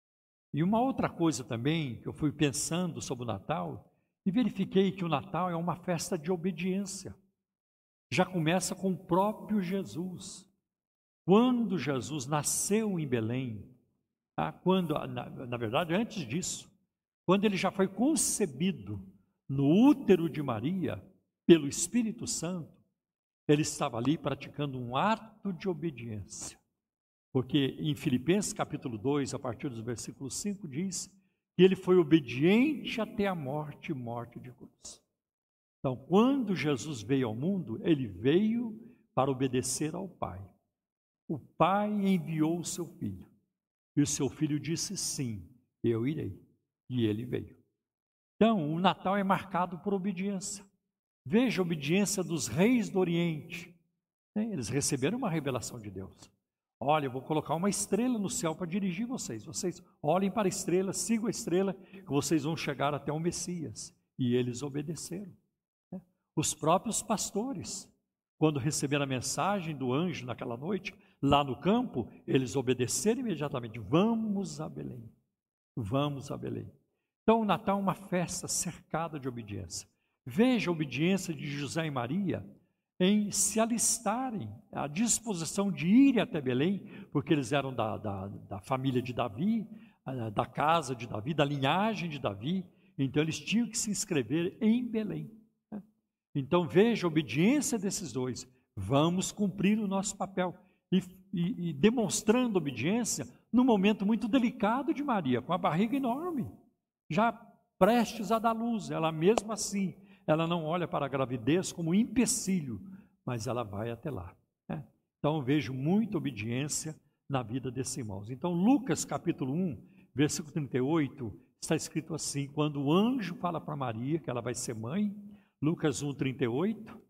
E uma outra coisa também que eu fui pensando sobre o Natal, e verifiquei que o Natal é uma festa de obediência. Já começa com o próprio Jesus. Quando Jesus nasceu em Belém, tá? quando, na, na verdade, antes disso, quando ele já foi concebido no útero de Maria, pelo Espírito Santo, ele estava ali praticando um ato de obediência. Porque em Filipenses capítulo dois, a partir dos versículos cinco, diz que ele foi obediente até a morte, morte de cruz. Então, quando Jesus veio ao mundo, ele veio para obedecer ao Pai. O Pai enviou o seu Filho. E o seu Filho disse, sim, eu irei. E ele veio. Então, o Natal é marcado por obediência. Veja a obediência dos reis do Oriente. Eles receberam uma revelação de Deus. Olha, eu vou colocar uma estrela no céu para dirigir vocês. Vocês olhem para a estrela, sigam a estrela, que vocês vão chegar até o Messias. E eles obedeceram. Os próprios pastores, quando receberam a mensagem do anjo naquela noite, lá no campo, eles obedeceram imediatamente. Vamos a Belém. Vamos a Belém. Então, o Natal é uma festa cercada de obediência. Veja a obediência de José e Maria em se alistarem, à disposição de ir até Belém, porque eles eram da, da, da família de Davi, da casa de Davi, da linhagem de Davi, então eles tinham que se inscrever em Belém. Então veja a obediência desses dois, vamos cumprir o nosso papel, e, e, e demonstrando obediência num momento muito delicado de Maria, com a barriga enorme, já prestes a dar luz, ela mesmo assim, ela não olha para a gravidez como um empecilho, mas ela vai até lá, né? Então eu vejo muita obediência na vida desses irmãos. Então Lucas capítulo um, versículo trinta e oito, está escrito assim, quando o anjo fala para Maria que ela vai ser mãe, Lucas um, trinta e oito,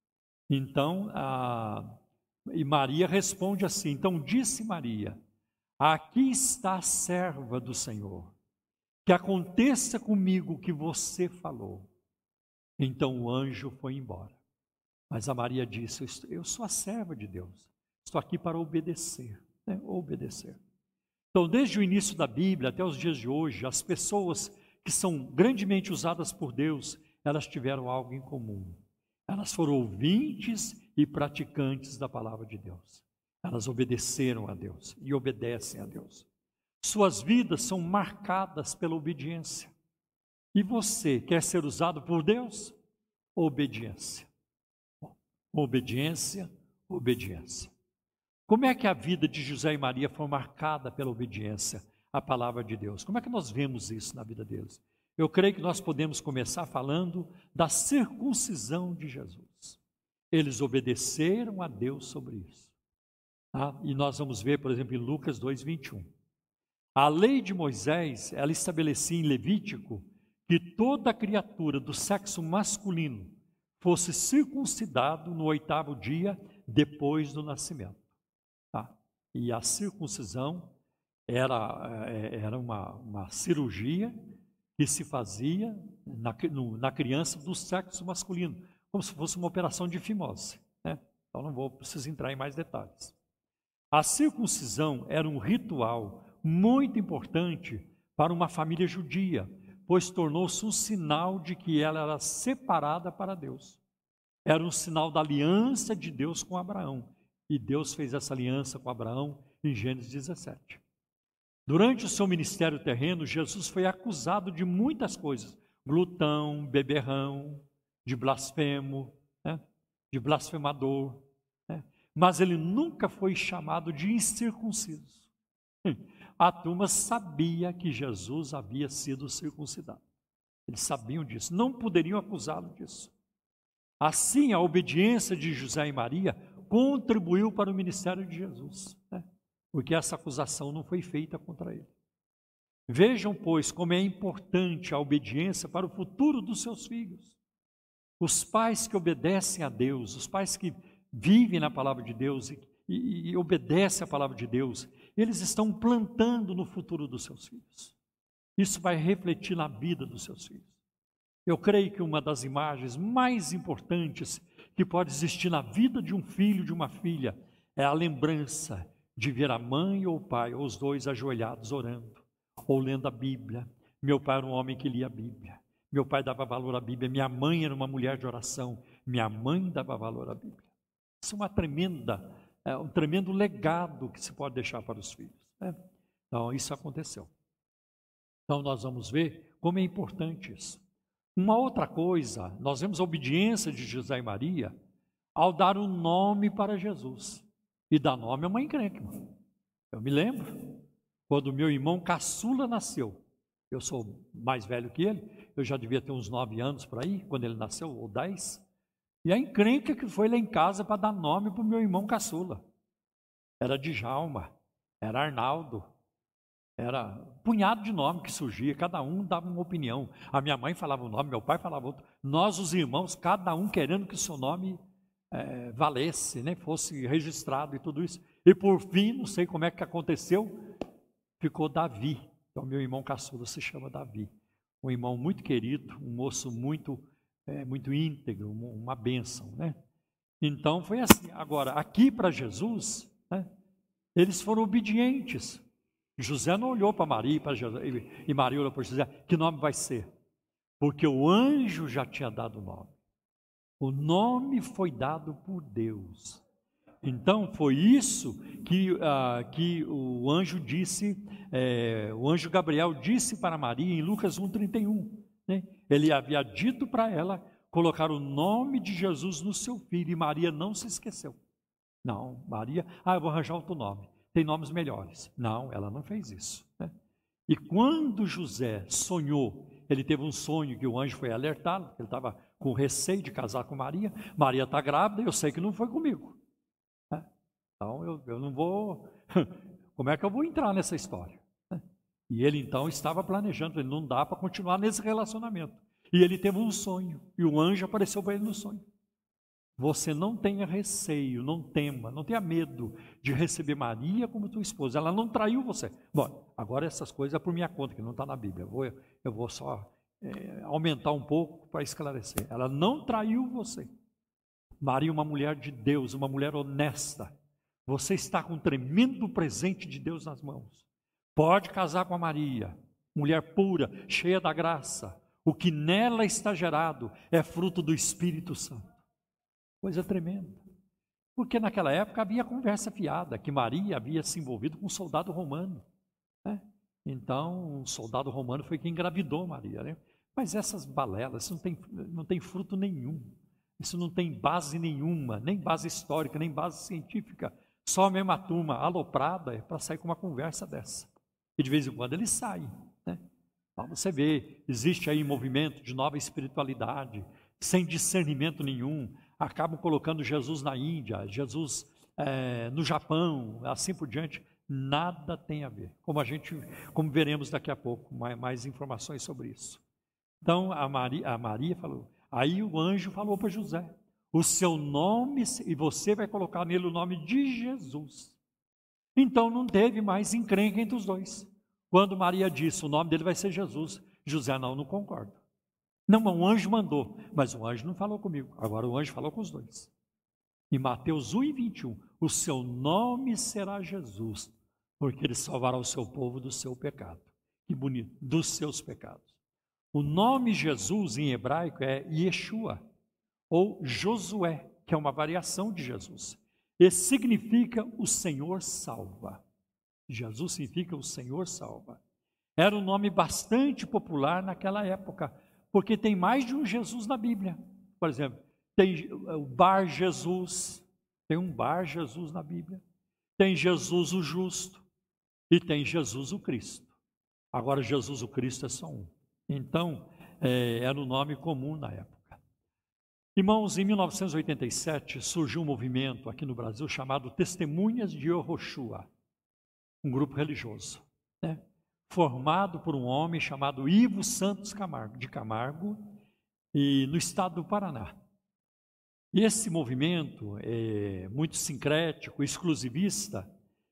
então, a, e Maria responde assim, então disse Maria, aqui está a serva do Senhor, que aconteça comigo o que você falou. Então o anjo foi embora. Mas a Maria disse, eu sou a serva de Deus, estou aqui para obedecer, né? Obedecer. Então, desde o início da Bíblia até os dias de hoje, as pessoas que são grandemente usadas por Deus, elas tiveram algo em comum. Elas foram ouvintes e praticantes da palavra de Deus. Elas obedeceram a Deus e obedecem a Deus. Suas vidas são marcadas pela obediência. E você quer ser usado por Deus? Obediência. Obediência, obediência. Como é que a vida de José e Maria foi marcada pela obediência à palavra de Deus? Como é que nós vemos isso na vida deles? Eu creio que nós podemos começar falando da circuncisão de Jesus. Eles obedeceram a Deus sobre isso. Tá? E nós vamos ver, por exemplo, em Lucas dois, vinte e um. A lei de Moisés, ela estabelecia em Levítico que toda criatura do sexo masculino fosse circuncidado no oitavo dia depois do nascimento. Tá? E a circuncisão era, era uma, uma cirurgia que se fazia na, no, na criança do sexo masculino, como se fosse uma operação de fimose, né? Então não vou precisar entrar em mais detalhes. A circuncisão era um ritual muito importante para uma família judia, pois tornou-se um sinal de que ela era separada para Deus. Era um sinal da aliança de Deus com Abraão. E Deus fez essa aliança com Abraão em Gênesis dezessete. Durante o seu ministério terreno, Jesus foi acusado de muitas coisas, glutão, beberrão, de blasfemo, né? De blasfemador, né? Mas ele nunca foi chamado de incircunciso. A turma sabia que Jesus havia sido circuncidado. Eles sabiam disso, não poderiam acusá-lo disso. Assim, a obediência de José e Maria contribuiu para o ministério de Jesus, né? Porque essa acusação não foi feita contra ele. Vejam, pois, como é importante a obediência para o futuro dos seus filhos. Os pais que obedecem a Deus, os pais que vivem na palavra de Deus e, e, e obedecem à palavra de Deus, eles estão plantando no futuro dos seus filhos. Isso vai refletir na vida dos seus filhos. Eu creio que uma das imagens mais importantes que pode existir na vida de um filho, de uma filha, é a lembrança de ver a mãe ou o pai, ou os dois ajoelhados orando, ou lendo a Bíblia. Meu pai era um homem que lia a Bíblia. Meu pai dava valor à Bíblia. Minha mãe era uma mulher de oração. Minha mãe dava valor à Bíblia. Isso é uma tremenda, é um tremendo legado que se pode deixar para os filhos, né? Então, isso aconteceu. Então, nós vamos ver como é importante isso. Uma outra coisa, nós vemos a obediência de José e Maria ao dar um nome para Jesus. E dar nome é uma encrenca, irmão. Eu me lembro, quando meu irmão caçula nasceu, eu sou mais velho que ele, eu já devia ter uns nove anos por aí, quando ele nasceu, ou dez, e a encrenca que foi lá em casa para dar nome para o meu irmão caçula. Era Djalma, era Arnaldo, era um punhado de nome que surgia, cada um dava uma opinião. A minha mãe falava um nome, meu pai falava outro. Nós, os irmãos, cada um querendo que o seu nome é, valesse, né, fosse registrado e tudo isso. E por fim, não sei como é que aconteceu, ficou Davi. Então, meu irmão caçula se chama Davi. Um irmão muito querido, um moço muito, é, muito íntegro, uma bênção, né? Então, foi assim. Agora, aqui para Jesus, né, eles foram obedientes. José não olhou para Maria para José, e Maria olhou para José, que nome vai ser? Porque o anjo já tinha dado o nome. O nome foi dado por Deus. Então foi isso que, uh, que o anjo disse, é, o anjo Gabriel disse para Maria em Lucas um, trinta e um. Né? Ele havia dito para ela colocar o nome de Jesus no seu filho, e Maria não se esqueceu. Não, Maria, ah, eu vou arranjar outro nome. Tem nomes melhores. Não, ela não fez isso, né? E quando José sonhou, ele teve um sonho que o anjo foi alertá-lo, ele estava com receio de casar com Maria. Maria está grávida e eu sei que não foi comigo, né? Então eu, eu não vou, como é que eu vou entrar nessa história, né? E ele então estava planejando, ele não dá para continuar nesse relacionamento. E ele teve um sonho, e o anjo apareceu para ele no sonho. Você não tenha receio, não tema, não tenha medo de receber Maria como tua esposa. Ela não traiu você. Bom, agora essas coisas é por minha conta, que não está na Bíblia. Eu vou, eu vou só é, aumentar um pouco para esclarecer. Ela não traiu você. Maria é uma mulher de Deus, uma mulher honesta. Você está com um tremendo presente de Deus nas mãos. Pode casar com a Maria, mulher pura, cheia da graça. O que nela está gerado é fruto do Espírito Santo. Coisa tremenda, porque naquela época havia conversa fiada, que Maria havia se envolvido com um soldado romano, né? Então, um soldado romano foi quem engravidou Maria, né? Mas essas balelas, isso não tem, não tem fruto nenhum, isso não tem base nenhuma, nem base histórica, nem base científica, só mesmo a turma aloprada para sair com uma conversa dessa, e de vez em quando eles saem, né? Então, você vê, existe aí um movimento de nova espiritualidade, sem discernimento nenhum, acabam colocando Jesus na Índia, Jesus é, no Japão, assim por diante. Nada tem a ver, como a gente, como veremos daqui a pouco, mais, mais informações sobre isso. Então a Maria, a Maria falou, aí o anjo falou para José, o seu nome, e você vai colocar nele o nome de Jesus. Então não teve mais encrenca entre os dois. Quando Maria disse, o nome dele vai ser Jesus, José não, não concordo. Não, um anjo mandou, mas o anjo não falou comigo. Agora o anjo falou com os dois. Em Mateus um e vinte e um, o seu nome será Jesus, porque ele salvará o seu povo do seu pecado. Que bonito, dos seus pecados. O nome Jesus em hebraico é Yeshua, ou Josué, que é uma variação de Jesus. Esse significa o Senhor salva. Jesus significa o Senhor salva. Era um nome bastante popular naquela época, porque tem mais de um Jesus na Bíblia. Por exemplo, tem o Bar Jesus, tem um Bar Jesus na Bíblia, tem Jesus o Justo e tem Jesus o Cristo. Agora, Jesus o Cristo é só um. Então, é, era um nome comum na época. Irmãos, em mil novecentos e oitenta e sete surgiu um movimento aqui no Brasil chamado Testemunhas de Yehoshua, um grupo religioso, né? Formado por um homem chamado Ivo Santos Camargo, de Camargo, e no estado do Paraná. E esse movimento é muito sincrético, exclusivista,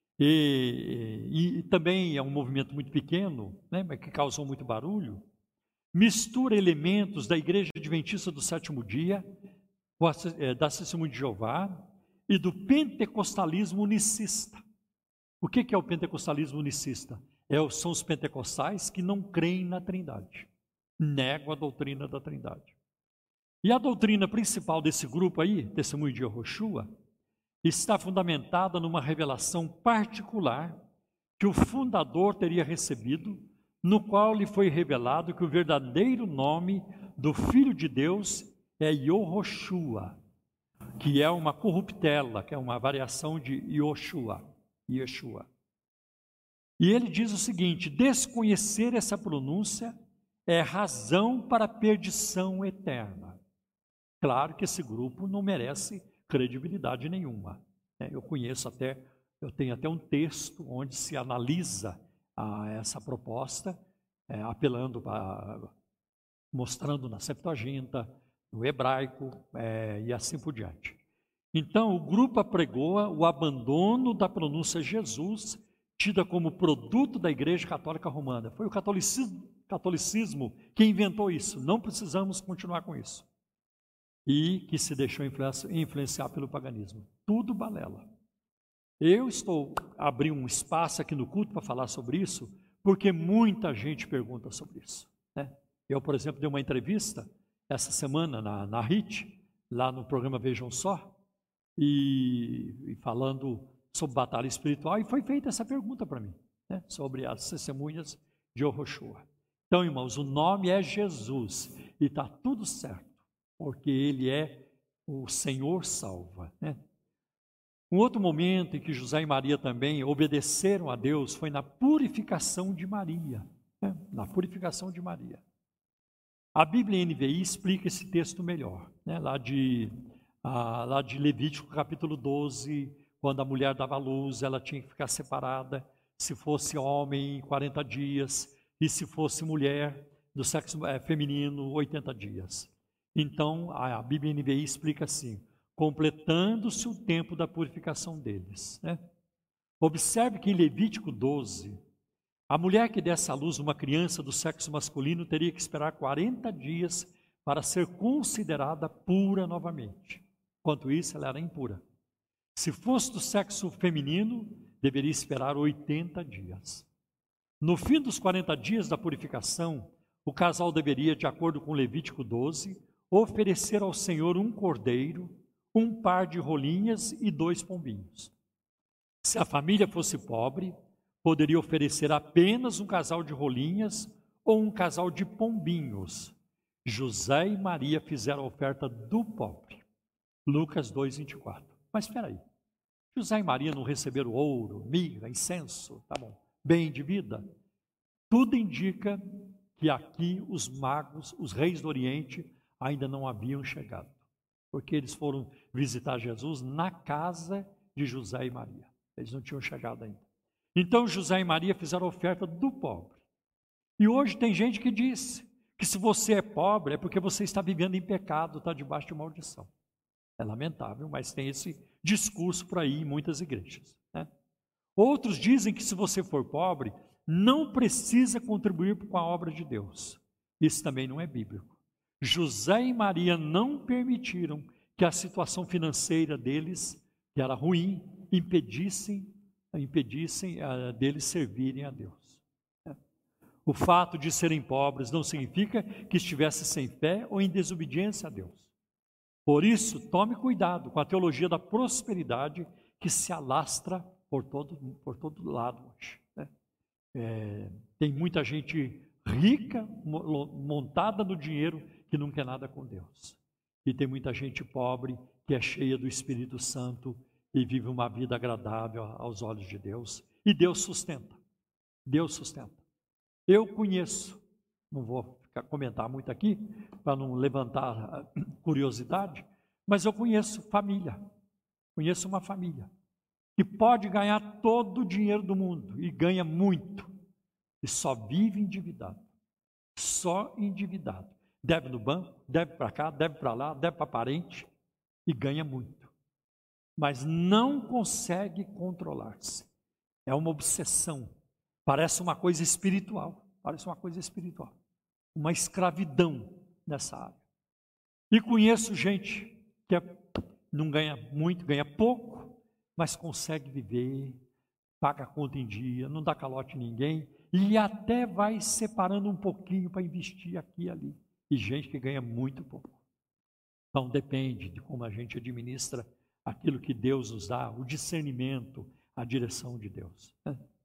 e, e, e também é um movimento muito pequeno, né, mas que causou muito barulho. Mistura elementos da Igreja Adventista do Sétimo Dia, da Testemunha de Jeová e do pentecostalismo unicista. O que é o pentecostalismo unicista? É, são os pentecostais que não creem na Trindade, negam a doutrina da Trindade. E a doutrina principal desse grupo aí, Testemunho de Yehoshua, está fundamentada numa revelação particular que o fundador teria recebido, no qual lhe foi revelado que o verdadeiro nome do Filho de Deus é Yehoshua, que é uma corruptela, que é uma variação de Yoshua, Yeshua. E ele diz o seguinte: desconhecer essa pronúncia é razão para a perdição eterna. Claro que esse grupo não merece credibilidade nenhuma. Eu conheço até, eu tenho até um texto onde se analisa a essa proposta, é, apelando para, mostrando na Septuaginta, no hebraico, é, e assim por diante. Então, o grupo apregoa o abandono da pronúncia Jesus, tida como produto da Igreja Católica Romana. Foi o catolicismo, catolicismo que inventou isso. Não precisamos continuar com isso. E que se deixou influenciar pelo paganismo. Tudo balela. Eu estou abrindo um espaço aqui no culto para falar sobre isso, porque muita gente pergunta sobre isso, né? Eu, por exemplo, dei uma entrevista essa semana na, na R I T, lá no programa Vejam Só, e, e falando sobre batalha espiritual, e foi feita essa pergunta para mim, né, sobre as testemunhas de Yehoshua. Então, irmãos, o nome é Jesus, e está tudo certo, porque Ele é o Senhor salva, né? Um outro momento em que José e Maria também obedeceram a Deus foi na purificação de Maria, né? Na purificação de Maria. A Bíblia N V I explica esse texto melhor, né? lá, de, ah, lá de Levítico capítulo doze, quando a mulher dava luz, ela tinha que ficar separada, se fosse homem, quarenta dias, e se fosse mulher, do sexo é, feminino, oitenta dias. Então, a, a Bíblia N V I explica assim: completando-se o tempo da purificação deles, né? Observe que em Levítico doze, a mulher que desse à luz uma criança do sexo masculino teria que esperar quarenta dias para ser considerada pura novamente. Enquanto isso, ela era impura. Se fosse do sexo feminino, deveria esperar oitenta dias. No fim dos quarenta dias da purificação, o casal deveria, de acordo com Levítico doze, oferecer ao Senhor um cordeiro, um par de rolinhas e dois pombinhos. Se a família fosse pobre, poderia oferecer apenas um casal de rolinhas ou um casal de pombinhos. José e Maria fizeram a oferta do pobre. Lucas dois, vinte e quatro. Mas espera aí, José e Maria não receberam ouro, mirra, incenso, tá bom, bem de vida? Tudo indica que aqui os magos, os reis do Oriente, ainda não haviam chegado, porque eles foram visitar Jesus na casa de José e Maria. Eles não tinham chegado ainda. Então José e Maria fizeram a oferta do pobre. E hoje tem gente que diz que se você é pobre é porque você está vivendo em pecado, está debaixo de maldição. É lamentável, mas tem esse discurso por aí em muitas igrejas, né? Outros dizem que se você for pobre, não precisa contribuir com a obra de Deus. Isso também não é bíblico. José e Maria não permitiram que a situação financeira deles, que era ruim, impedissem, impedissem uh, deles servirem a Deus. O fato de serem pobres não significa que estivessem sem fé ou em desobediência a Deus. Por isso, tome cuidado com a teologia da prosperidade que se alastra por todo, por todo lado hoje, né? É, tem muita gente rica, montada no dinheiro, que não quer nada com Deus. E tem muita gente pobre que é cheia do Espírito Santo e vive uma vida agradável aos olhos de Deus. E Deus sustenta. Deus sustenta. Eu conheço, não vou ficar, comentar muito aqui, para não levantar curiosidade, mas eu conheço família. Conheço uma família que pode ganhar todo o dinheiro do mundo e ganha muito. E só vive endividado. Só endividado. Deve no banco, deve para cá, deve para lá, deve para parente e ganha muito. Mas não consegue controlar-se. É uma obsessão. Parece uma coisa espiritual. Parece uma coisa espiritual. Uma escravidão nessa área. E conheço gente que é, não ganha muito, ganha pouco, mas consegue viver, paga a conta em dia, não dá calote em ninguém e até vai separando um pouquinho para investir aqui e ali. E gente que ganha muito pouco. Então depende de como a gente administra aquilo que Deus nos dá, o discernimento, a direção de Deus.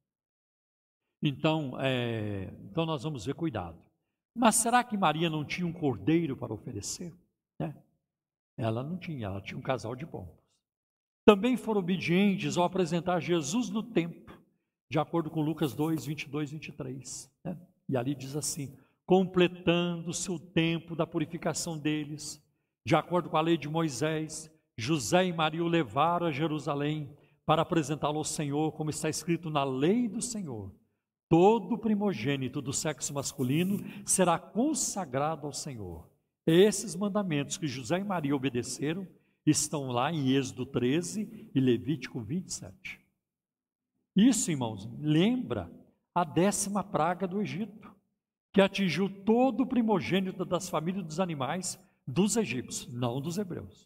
Então, é, então nós vamos ver cuidado. Mas será que Maria não tinha um cordeiro para oferecer? É. Ela não tinha, ela tinha um casal de pombos. Também foram obedientes ao apresentar Jesus no templo, de acordo com Lucas dois, vinte e dois, vinte e três. Né? E ali diz assim, completando-se o tempo da purificação deles, de acordo com a lei de Moisés, José e Maria o levaram a Jerusalém para apresentá-lo ao Senhor, como está escrito na lei do Senhor. Todo primogênito do sexo masculino será consagrado ao Senhor. Esses mandamentos que José e Maria obedeceram estão lá em Êxodo treze e Levítico vinte e sete. Isso, irmãos, lembra a décima praga do Egito, que atingiu todo o primogênito das famílias dos animais dos egípcios, não dos hebreus.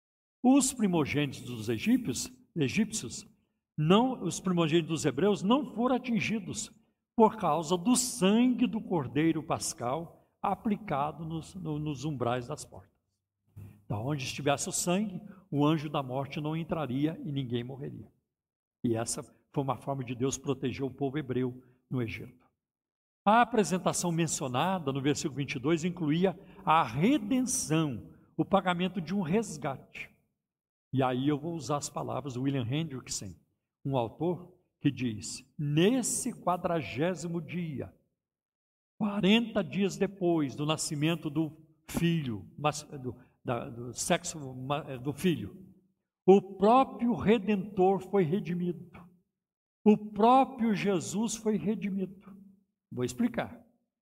Os primogênitos dos egípcios, egípcios não, os primogênitos dos hebreus não foram atingidos por causa do sangue do cordeiro pascal aplicado nos, no, nos umbrais das portas. Então, onde estivesse o sangue, o anjo da morte não entraria e ninguém morreria. E essa foi uma forma de Deus proteger o povo hebreu no Egito. A apresentação mencionada no versículo vinte e dois incluía a redenção, o pagamento de um resgate. E aí eu vou usar as palavras do William Hendrickson, um autor que diz, nesse quadragésimo dia, quarenta dias depois do nascimento do filho, do, da, do sexo do filho, o próprio Redentor foi redimido. O próprio Jesus foi redimido. Vou explicar.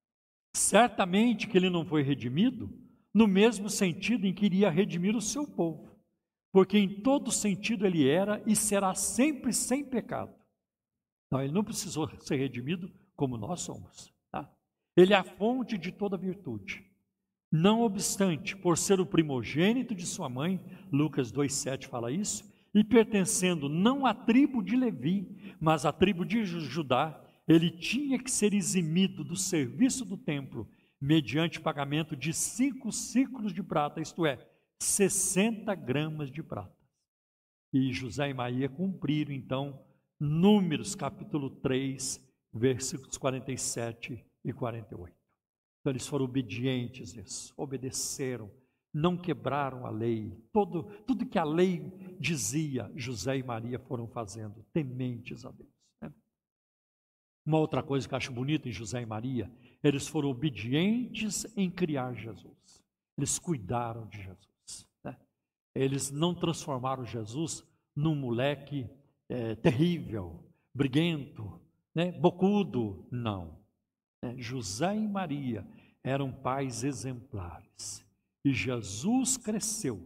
Certamente que ele não foi redimido no mesmo sentido em que iria redimir o seu povo, porque em todo sentido ele era e será sempre sem pecado. Não, ele não precisou ser redimido como nós somos. Tá? Ele é a fonte de toda virtude. Não obstante, por ser o primogênito de sua mãe, Lucas dois, sete fala isso, e pertencendo não à tribo de Levi, mas à tribo de Judá, ele tinha que ser eximido do serviço do templo, mediante pagamento de cinco ciclos de prata, isto é, sessenta gramas de prata. E José e Maria cumpriram, então, Números capítulo três, versículos quarenta e sete e quarenta e oito. Então eles foram obedientes nisso, obedeceram, não quebraram a lei. Todo, tudo que a lei dizia, José e Maria foram fazendo, tementes a Deus. Né? Uma outra coisa que eu acho bonita em José e Maria, eles foram obedientes em criar Jesus. Eles cuidaram de Jesus. Né? Eles não transformaram Jesus num moleque É, terrível, briguento, né, bocudo, não. É, José e Maria eram pais exemplares. E Jesus cresceu,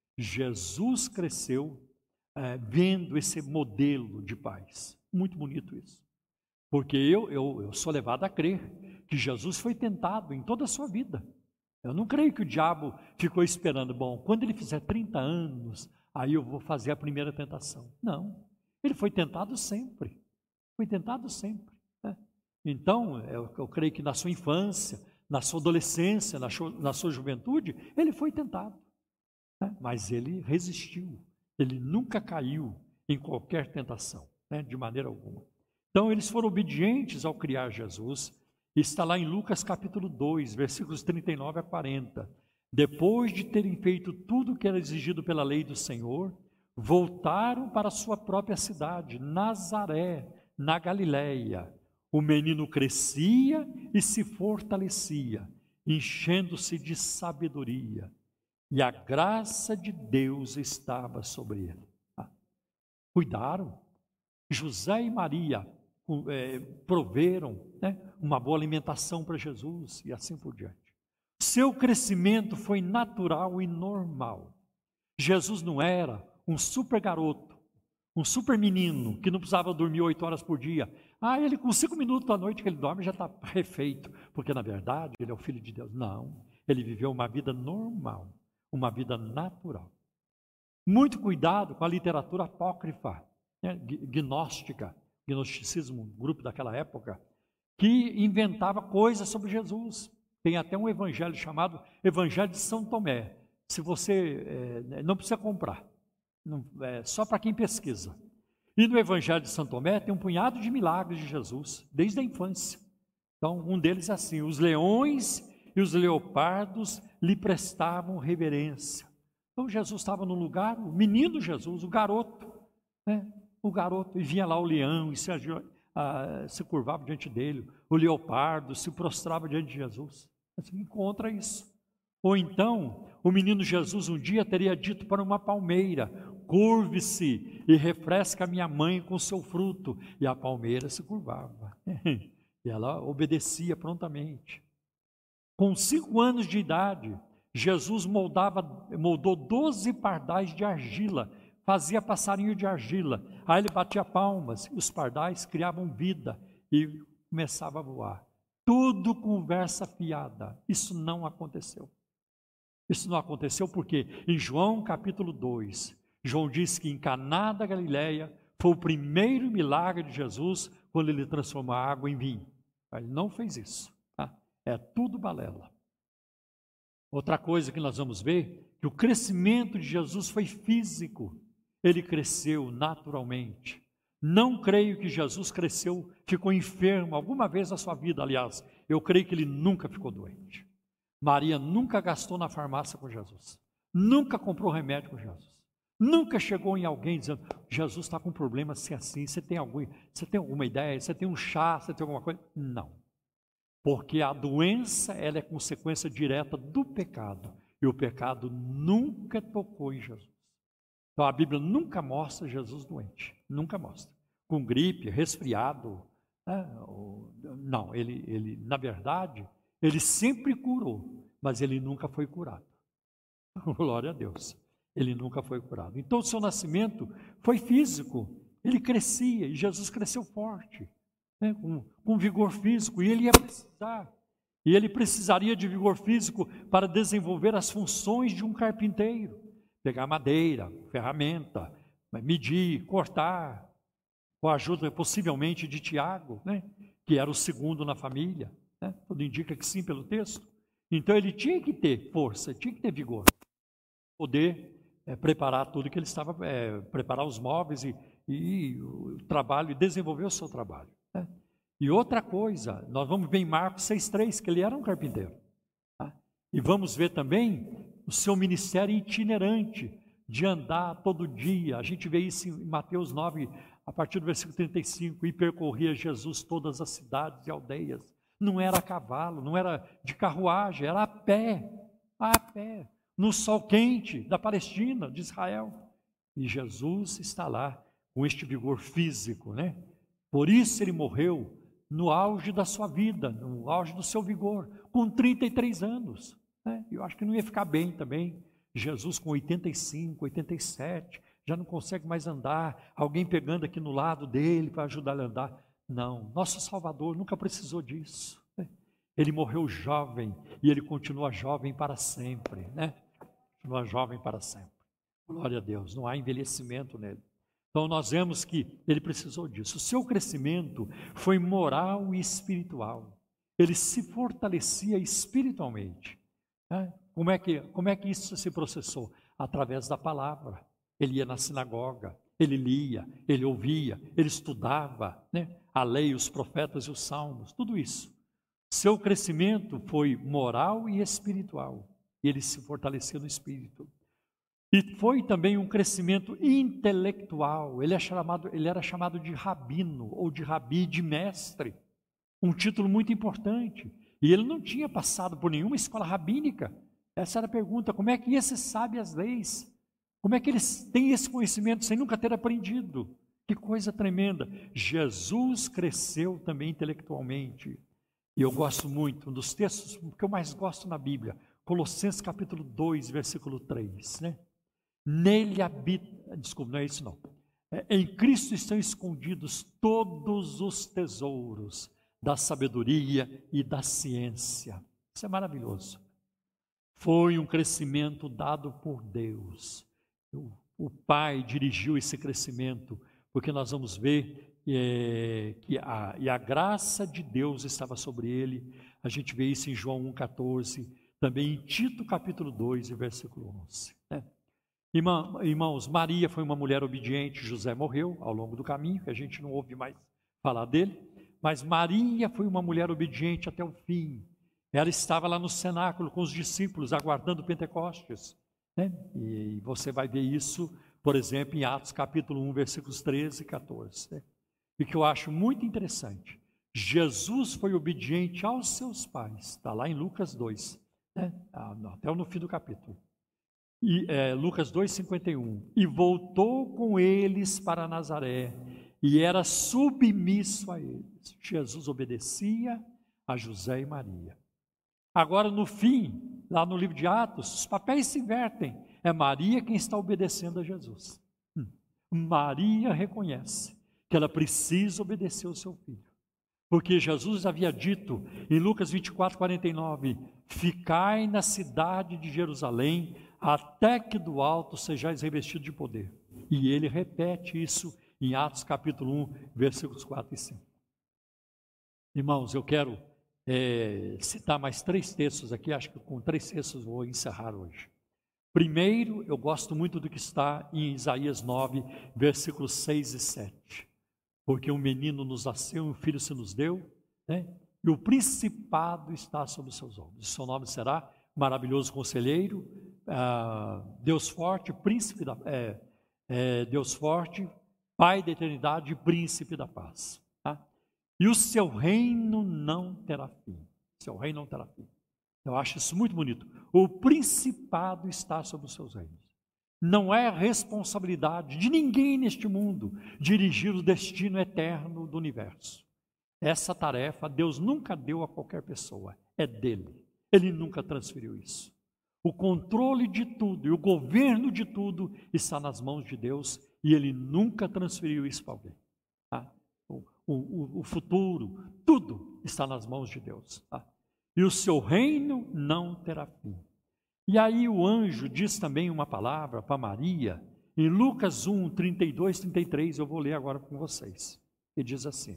Jesus cresceu é, vendo esse modelo de pais. Muito bonito isso. Porque eu, eu, eu sou levado a crer que Jesus foi tentado em toda a sua vida. Eu não creio que o diabo ficou esperando, bom, quando ele fizer trinta anos, aí eu vou fazer a primeira tentação. Não. Ele foi tentado sempre, foi tentado sempre. Né? Então, eu, eu creio que na sua infância, na sua adolescência, na sua, na sua juventude, ele foi tentado. Né? Mas ele resistiu, ele nunca caiu em qualquer tentação, né? De maneira alguma. Então, eles foram obedientes ao criar Jesus Está lá em Lucas capítulo dois, versículos trinta e nove a quarenta. Depois de terem feito tudo o que era exigido pela lei do Senhor, voltaram para sua própria cidade, Nazaré, na Galileia. O menino crescia e se fortalecia, enchendo-se de sabedoria, e a graça de Deus estava sobre ele. Ah, cuidaram. José e Maria é, proveram, né, uma boa alimentação para Jesus e assim por diante. Seu crescimento foi natural e normal. Jesus não era um super garoto, um super menino que não precisava dormir oito horas por dia. Ah, ele com cinco minutos à noite que ele dorme já está refeito, porque na verdade ele é o Filho de Deus. Não, ele viveu uma vida normal, uma vida natural. Muito cuidado com a literatura apócrifa, né, gnóstica, gnosticismo, um grupo daquela época, que inventava coisas sobre Jesus. Tem até um evangelho chamado Evangelho de São Tomé. Se você é, não precisa comprar, não, é só para quem pesquisa. E no Evangelho de São Tomé tem um punhado de milagres de Jesus, desde a infância. Então, um deles é assim: os leões e os leopardos lhe prestavam reverência. Então, Jesus estava num lugar, o menino Jesus, o garoto, né? O garoto, e vinha lá o leão e se, ah, se curvava diante dele, o leopardo se prostrava diante de Jesus. Você encontra isso. Ou então, o menino Jesus um dia teria dito para uma palmeira: curve-se e refresca a minha mãe com seu fruto. E a palmeira se curvava. E ela obedecia prontamente. Com cinco anos de idade, Jesus moldava, moldou doze pardais de argila, fazia passarinho de argila. Aí ele batia palmas, e os pardais criavam vida e começava a voar. Tudo conversa fiada. Isso não aconteceu. Isso não aconteceu porque em João capítulo dois, João diz que em Caná da Galileia foi o primeiro milagre de Jesus quando ele transformou a água em vinho. Ele não fez isso. Tá? É tudo balela. Outra coisa que nós vamos ver, que o crescimento de Jesus foi físico. Ele cresceu naturalmente. Não creio que Jesus cresceu, ficou enfermo alguma vez na sua vida. Aliás, eu creio que ele nunca ficou doente. Maria nunca gastou na farmácia com Jesus. Nunca comprou remédio com Jesus. Nunca chegou em alguém dizendo: Jesus está com problema assim, assim, você tem, algum, você tem alguma ideia? Você tem um chá? Você tem alguma coisa? Não. Porque a doença, ela é consequência direta do pecado. E o pecado nunca tocou em Jesus. Então a Bíblia nunca mostra Jesus doente. Nunca mostra. Com gripe, resfriado. Né? Não, ele, ele, na verdade, ele sempre curou, mas ele nunca foi curado. Glória a Deus. Ele nunca foi curado. Então o seu nascimento foi físico. Ele crescia e Jesus cresceu forte, né? com, com vigor físico. E ele ia precisar. E ele precisaria de vigor físico para desenvolver as funções de um carpinteiro. Pegar madeira, ferramenta, medir, cortar, com a ajuda possivelmente de Tiago, né? Que era o segundo na família, né? Tudo indica que sim pelo texto. Então ele tinha que ter força, tinha que ter vigor, poder é, preparar tudo que ele estava, é, preparar os móveis e, e o trabalho, e desenvolver o seu trabalho, né? E outra coisa, nós vamos ver em Marcos seis, três, que ele era um carpinteiro, tá? E vamos ver também o seu ministério itinerante, de andar todo dia. A gente vê isso em Mateus nove, a partir do versículo trinta e cinco, e percorria Jesus todas as cidades e aldeias. Não era a cavalo, não era de carruagem, era a pé, a pé, no sol quente da Palestina, de Israel. E Jesus está lá com este vigor físico, né? Por isso ele morreu no auge da sua vida, no auge do seu vigor, com trinta e três anos. Né? Eu acho que não ia ficar bem também. Jesus com oitenta e cinco, oitenta e sete, já não consegue mais andar, alguém pegando aqui no lado dele para ajudar ele a andar. Não, nosso Salvador nunca precisou disso. Né? Ele morreu jovem e ele continua jovem para sempre, né? Continua jovem para sempre. Glória a Deus, não há envelhecimento nele. Então nós vemos que ele precisou disso. O seu crescimento foi moral e espiritual. Ele se fortalecia espiritualmente. Como é que, como é que isso se processou? Através da palavra. Ele ia na sinagoga, ele lia, ele ouvia, ele estudava, né? A lei, os profetas e os salmos, tudo isso. Seu crescimento foi moral e espiritual. Ele se fortaleceu no espírito. E foi também um crescimento intelectual. Ele, é chamado, ele era chamado de rabino, ou de rabi, de mestre. Um título muito importante. E ele não tinha passado por nenhuma escola rabínica. Essa era a pergunta: como é que esse sabe as leis? Como é que eles têm esse conhecimento sem nunca ter aprendido? Que coisa tremenda. Jesus cresceu também intelectualmente. E eu gosto muito, um dos textos que eu mais gosto na Bíblia, Colossenses capítulo dois, versículo três, né? Nele habita, desculpa, não é isso não. É, em Cristo estão escondidos todos os tesouros da sabedoria e da ciência. Isso é maravilhoso. Foi um crescimento dado por Deus. O, o Pai dirigiu esse crescimento, porque nós vamos ver é, que a, e a graça de Deus estava sobre ele. A gente vê isso em João um, quatorze, também em Tito capítulo dois, versículo onze. Né? Irmãos, Maria foi uma mulher obediente, José morreu ao longo do caminho, que a gente não ouve mais falar dele, mas Maria foi uma mulher obediente até o fim. Ela estava lá no cenáculo com os discípulos, aguardando Pentecostes, né? E você vai ver isso, por exemplo, em Atos capítulo um, versículos treze e quatorze. Né? E que eu acho muito interessante, Jesus foi obediente aos seus pais, está lá em Lucas dois, né? Até no fim do capítulo. E, é, Lucas dois, cinquenta e um, e voltou com eles para Nazaré, e era submisso a eles. Jesus obedecia a José e Maria. Agora, no fim, lá no livro de Atos, os papéis se invertem. É Maria quem está obedecendo a Jesus. Hum. Maria reconhece que ela precisa obedecer ao seu filho. Porque Jesus havia dito em Lucas vinte e quatro, quarenta e nove, ficai na cidade de Jerusalém, até que do alto sejais revestidos de poder. E ele repete isso em Atos capítulo um, versículos quatro e cinco. Irmãos, eu quero é, citar mais três textos aqui, acho que com três textos vou encerrar hoje. Primeiro, eu gosto muito do que está em Isaías nove, versículos seis e sete. Porque um menino nos nasceu, um filho se nos deu, né? E o principado está sobre os seus ombros. O seu nome será Maravilhoso Conselheiro, ah, Deus Forte, Príncipe da, é, é, Deus Forte, Pai da Eternidade e Príncipe da Paz. Tá? E o seu reino não terá fim. Seu reino não terá fim. Eu acho isso muito bonito. O principado está sobre os seus reinos. Não é responsabilidade de ninguém neste mundo dirigir o destino eterno do universo. Essa tarefa Deus nunca deu a qualquer pessoa, é dele. Ele nunca transferiu isso. O controle de tudo e o governo de tudo está nas mãos de Deus e ele nunca transferiu isso para alguém. Tá? O, o, o futuro, tudo está nas mãos de Deus. Tá? E o seu reino não terá fim. E aí o anjo diz também uma palavra para Maria, em Lucas um, trinta e dois, trinta e três, eu vou ler agora com vocês. Ele diz assim: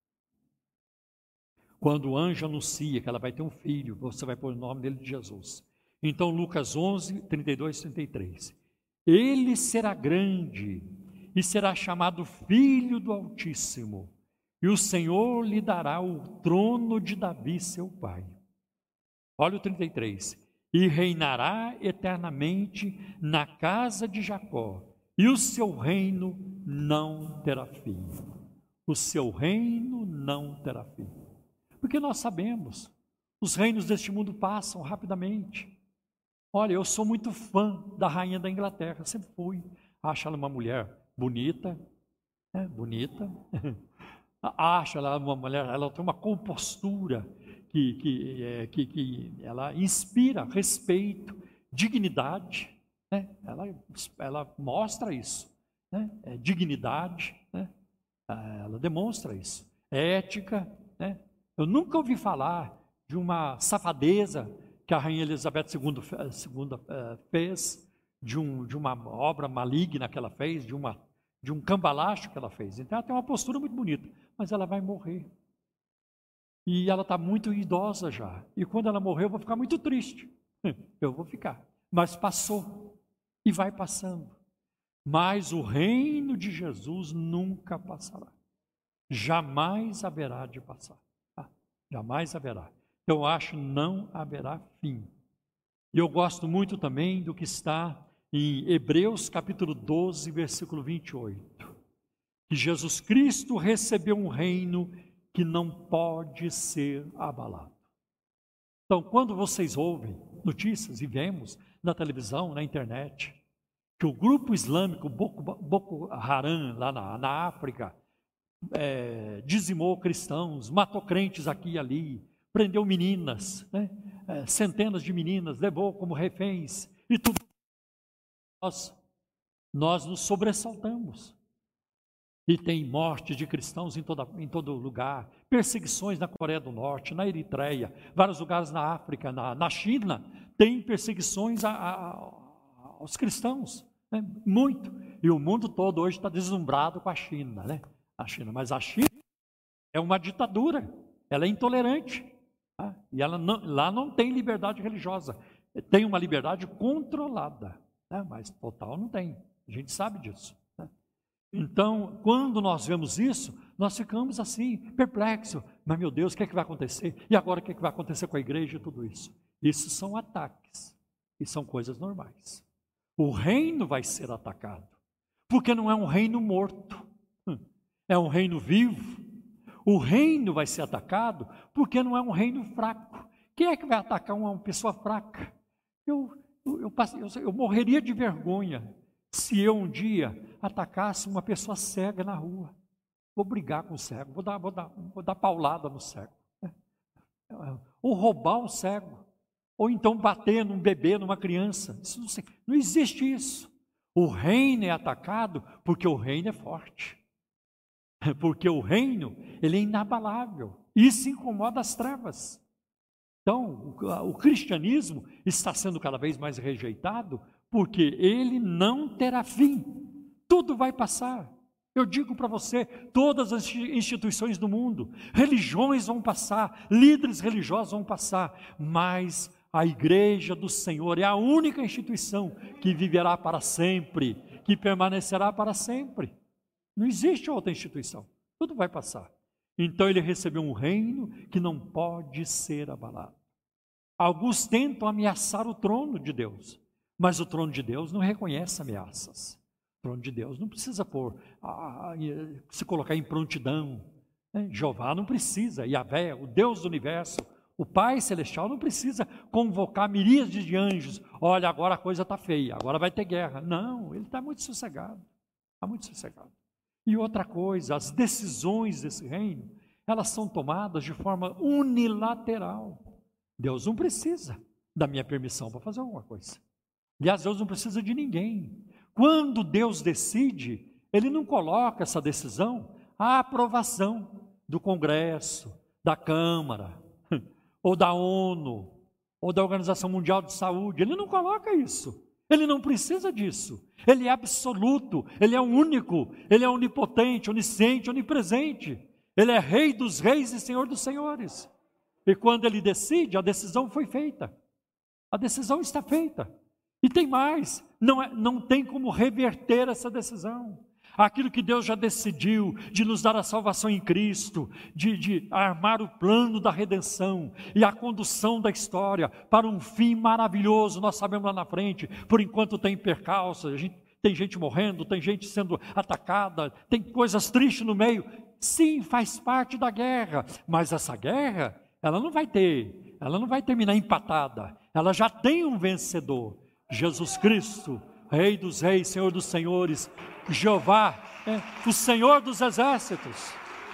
quando o anjo anuncia que ela vai ter um filho, você vai pôr o nome dele de Jesus. Então Lucas onze, trinta e dois, trinta e três. Ele será grande e será chamado Filho do Altíssimo, e o Senhor lhe dará o trono de Davi, seu pai. Olha o trinta e três. E reinará eternamente na casa de Jacó, e o seu reino não terá fim. O seu reino não terá fim. Porque nós sabemos, os reinos deste mundo passam rapidamente. Olha, eu sou muito fã da rainha da Inglaterra, sempre fui. Acho ela uma mulher bonita, é, bonita. Acho ela uma mulher, ela tem uma compostura que, que, é, que, que ela inspira respeito, dignidade, né? ela, ela mostra isso, né? É, dignidade, né? Ela demonstra isso, ética, né? Eu nunca ouvi falar de uma safadeza que a rainha Elizabeth segunda, segunda fez, de, um, de uma obra maligna que ela fez, de, uma, de um cambalacho que ela fez. Então ela tem uma postura muito bonita, mas ela vai morrer. E ela está muito idosa já. E quando ela morrer, eu vou ficar muito triste. Eu vou ficar. Mas passou. E vai passando. Mas o reino de Jesus nunca passará. Jamais haverá de passar. Ah, jamais haverá. Então, eu acho que não haverá fim. E eu gosto muito também do que está em Hebreus capítulo doze, versículo vinte e oito. Que Jesus Cristo recebeu um reino que não pode ser abalado. Então, quando vocês ouvem notícias e vemos na televisão, na internet, que o grupo islâmico Boko, Boko Haram, lá na, na África, é, dizimou cristãos, matou crentes aqui e ali, prendeu meninas, né? é, centenas de meninas, levou como reféns, e tudo. Nós, nós nos sobressaltamos. E tem morte de cristãos em, toda, em todo lugar, perseguições na Coreia do Norte, na Eritreia, vários lugares na África, na, na China, tem perseguições a, a, aos cristãos, né? Muito. E o mundo todo hoje está deslumbrado com a China, né? A China, mas a China é uma ditadura, ela é intolerante, tá? E ela não, lá não tem liberdade religiosa, tem uma liberdade controlada, né? Mas total não tem, a gente sabe disso. Então, quando nós vemos isso, nós ficamos assim, perplexos. Mas, meu Deus, o que é que vai acontecer? E agora, o que é que vai acontecer com a igreja e tudo isso? Isso são ataques, e são coisas normais. O reino vai ser atacado, porque não é um reino morto, é um reino vivo. O reino vai ser atacado, porque não é um reino fraco. Quem é que vai atacar uma pessoa fraca? Eu, eu, eu, eu, eu morreria de vergonha se eu um dia atacasse uma pessoa cega na rua. Vou brigar com o cego, vou dar, vou dar, vou dar paulada no cego. Ou roubar o cego. Ou então bater num bebê, numa criança. Isso não, sei, não existe isso. O reino é atacado porque o reino é forte. Porque o reino, ele é inabalável. Isso incomoda as trevas. Então, o, o cristianismo está sendo cada vez mais rejeitado porque ele não terá fim. Tudo vai passar. Eu digo para você, todas as instituições do mundo, religiões vão passar, líderes religiosos vão passar, mas a igreja do Senhor é a única instituição que viverá para sempre, que permanecerá para sempre. Não existe outra instituição, tudo vai passar. Então ele recebeu um reino que não pode ser abalado. Alguns tentam ameaçar o trono de Deus, mas o trono de Deus não reconhece ameaças. O trono de Deus não precisa pôr, ah, se colocar em prontidão. Né? Jeová não precisa, Yahvé, o Deus do universo, o Pai Celestial não precisa convocar miríades de anjos. Olha, agora a coisa está feia, agora vai ter guerra. Não, ele está muito sossegado, está muito sossegado. E outra coisa, as decisões desse reino, elas são tomadas de forma unilateral. Deus não precisa da minha permissão para fazer alguma coisa. Aliás, Deus não precisa de ninguém. Quando Deus decide, Ele não coloca essa decisão à aprovação do Congresso, da Câmara, ou da ONU, ou da Organização Mundial de Saúde. Ele não coloca isso. Ele não precisa disso. Ele é absoluto, Ele é único, Ele é onipotente, onisciente, onipresente. Ele é Rei dos reis e Senhor dos senhores. E quando Ele decide, a decisão foi feita. A decisão está feita. E tem mais, não, é, não tem como reverter essa decisão. Aquilo que Deus já decidiu, de nos dar a salvação em Cristo, de, de armar o plano da redenção e a condução da história para um fim maravilhoso, nós sabemos lá na frente. Por enquanto tem percalços, a gente, tem gente morrendo, tem gente sendo atacada, tem coisas tristes no meio. Sim, faz parte da guerra, mas essa guerra, ela não vai ter, ela não vai terminar empatada, ela já tem um vencedor. Jesus Cristo, Rei dos reis, Senhor dos senhores, Jeová, é, o Senhor dos exércitos.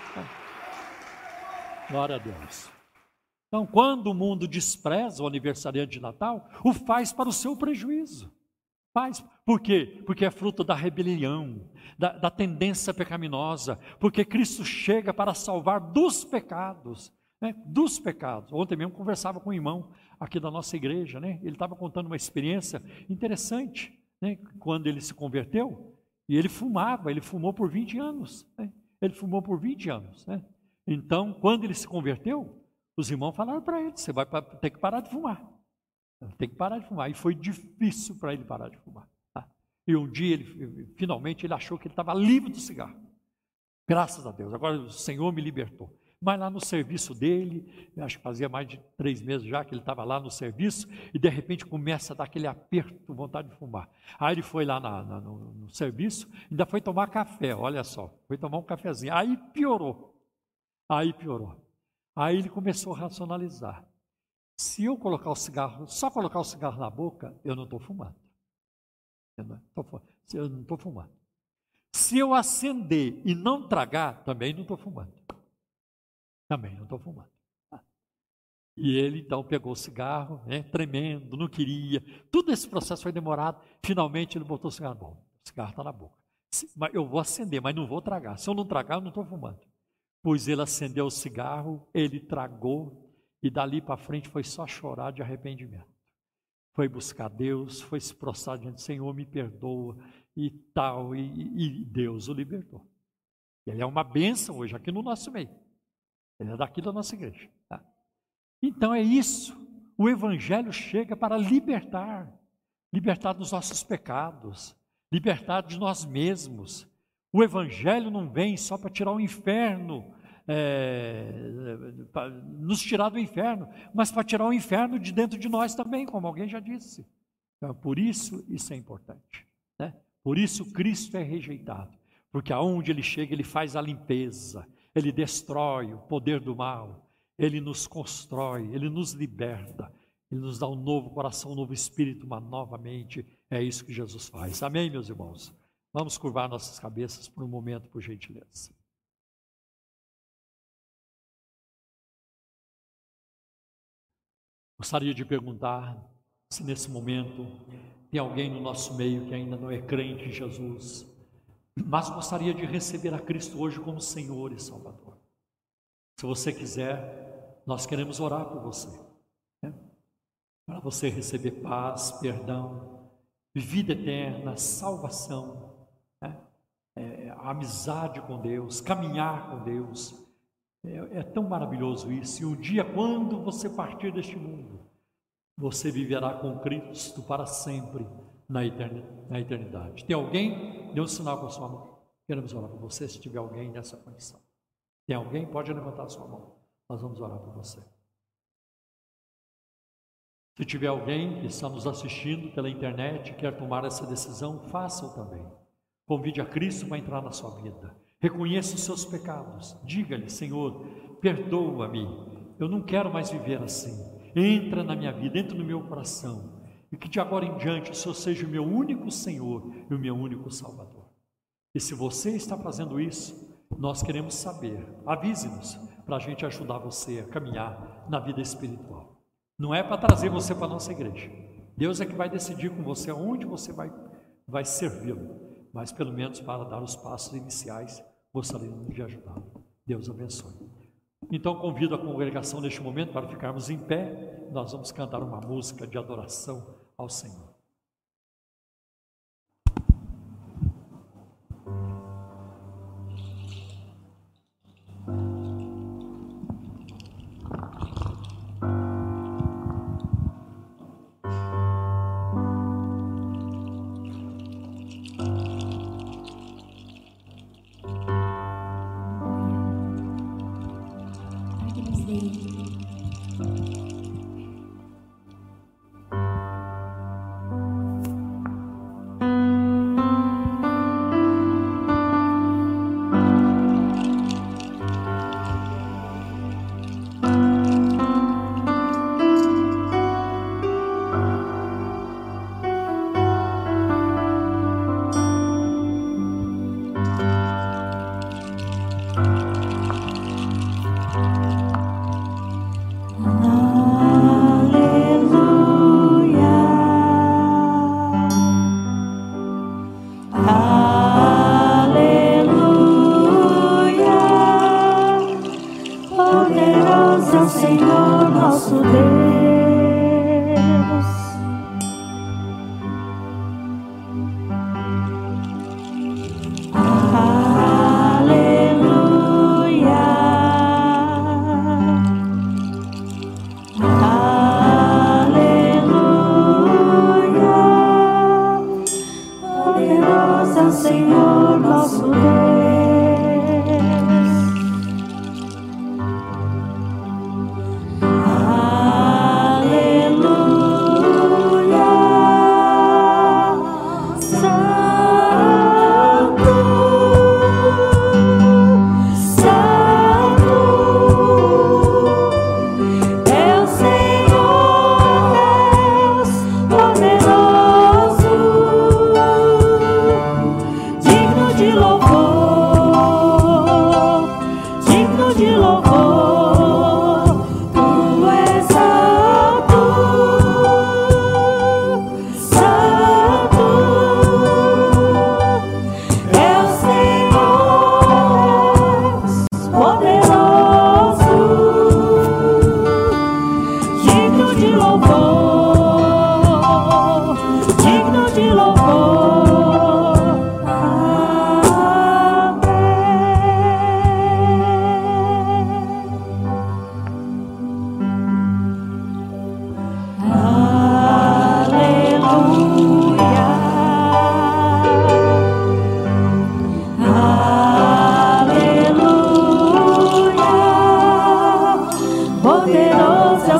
É. Glória a Deus. Então, quando o mundo despreza o aniversariante de Natal, o faz para o seu prejuízo. Faz. Por quê? Porque é fruto da rebelião, da, da tendência pecaminosa, porque Cristo chega para salvar dos pecados. Né, dos pecados. Ontem mesmo conversava com um irmão aqui da nossa igreja, né, ele estava contando uma experiência interessante, né, quando ele se converteu, e ele fumava, ele fumou por vinte anos, né, ele fumou por vinte anos, né, então quando ele se converteu, os irmãos falaram para ele, você vai ter que parar de fumar, tem que parar de fumar, e foi difícil para ele parar de fumar, tá? E um dia, ele, finalmente, ele achou que ele estava livre do cigarro, graças a Deus, agora o Senhor me libertou. Mas lá no serviço dele, eu acho que fazia mais de três meses já que ele estava lá no serviço, e de repente começa a dar aquele aperto, vontade de fumar. Aí ele foi lá na, na, no, no serviço, ainda foi tomar café, olha só, foi tomar um cafezinho. Aí piorou, aí piorou. Aí ele começou a racionalizar. Se eu colocar o cigarro, só colocar o cigarro na boca, eu não estou fumando. Eu não estou fumando. Se eu acender e não tragar, também não estou fumando. Também não estou fumando. E ele então pegou o cigarro, né, tremendo, não queria. Todo esse processo foi demorado. Finalmente ele botou o cigarro. Bom, o cigarro está na boca. Eu vou acender, mas não vou tragar. Se eu não tragar, eu não estou fumando. Pois ele acendeu o cigarro, ele tragou, e dali para frente foi só chorar de arrependimento. Foi buscar Deus, foi se prostrar diante do Senhor, me perdoa e tal, e, e Deus o libertou. Ele é uma bênção hoje aqui no nosso meio. Ele é daqui da nossa igreja. Tá? Então é isso. O Evangelho chega para libertar, libertar dos nossos pecados, libertar de nós mesmos. O Evangelho não vem só para tirar o inferno, é, nos tirar do inferno, mas para tirar o inferno de dentro de nós também, como alguém já disse. Então, por isso, isso é importante. Né? Por isso Cristo é rejeitado, porque aonde Ele chega, Ele faz a limpeza, Ele destrói o poder do mal, Ele nos constrói, Ele nos liberta, Ele nos dá um novo coração, um novo espírito, uma nova mente. É isso que Jesus faz. Amém, meus irmãos? Vamos curvar nossas cabeças por um momento, por gentileza. Gostaria de perguntar se nesse momento tem alguém no nosso meio que ainda não é crente em Jesus, mas gostaria de receber a Cristo hoje como Senhor e Salvador. Se você quiser, nós queremos orar por você, né? Para você receber paz, perdão, vida eterna, salvação, né? É, amizade com Deus, caminhar com Deus. É, é tão maravilhoso isso. E um dia, quando você partir deste mundo, você viverá com Cristo para sempre na eternidade. Tem alguém? Dê um sinal com a sua mão. Queremos orar por você, se tiver alguém nessa condição. Tem alguém? Pode levantar a sua mão. Nós vamos orar por você. Se tiver alguém que está nos assistindo pela internet e quer tomar essa decisão, faça-o também. Convide a Cristo para entrar na sua vida. Reconheça os seus pecados. Diga-lhe: Senhor, perdoa-me. Eu não quero mais viver assim. Entra na minha vida, entra no meu coração. E que de agora em diante o Senhor seja o meu único Senhor e o meu único Salvador. E se você está fazendo isso, nós queremos saber. Avise-nos para a gente ajudar você a caminhar na vida espiritual. Não é para trazer você para a nossa igreja. Deus é que vai decidir com você aonde você vai, vai servi-lo. Mas pelo menos para dar os passos iniciais, gostaríamos de ajudá-lo. Deus abençoe. Então convido a congregação neste momento para ficarmos em pé. Nós vamos cantar uma música de adoração ao Senhor.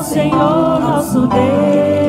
Senhor nosso Deus.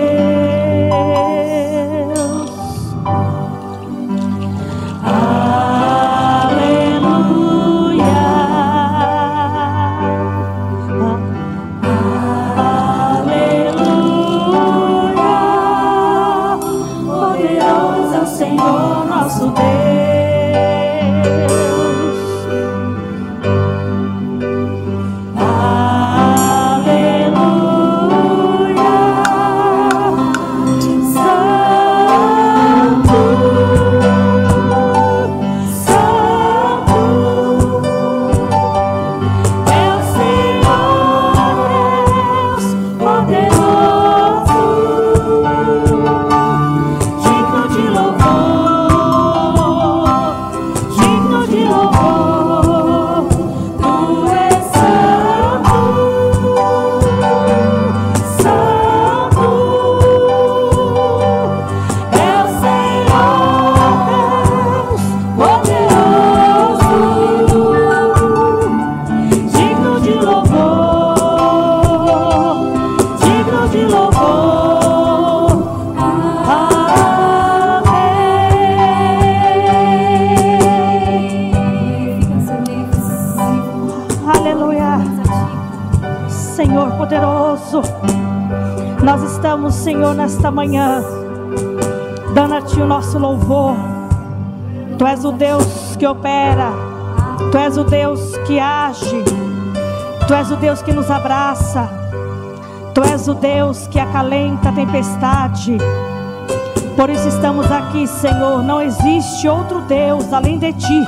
Nós estamos, Senhor, nesta manhã, dando a Ti o nosso louvor. Tu és o Deus que opera, Tu és o Deus que age, Tu és o Deus que nos abraça, Tu és o Deus que acalenta a tempestade. Por isso estamos aqui, Senhor. Não existe outro Deus além de Ti.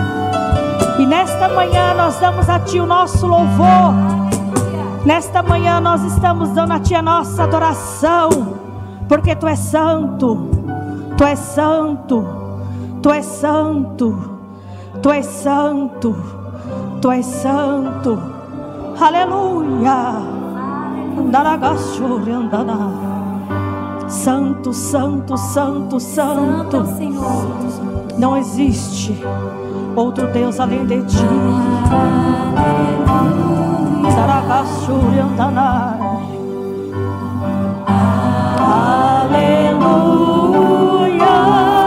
E nesta manhã nós damos a Ti o nosso louvor. Nesta manhã nós estamos dando a Ti a nossa adoração, porque Tu és santo, Tu és santo, Tu és santo, Tu és santo, Tu és santo. Aleluia. Santo, santo, santo, santo. Não existe outro Deus além de Ti. Aleluia,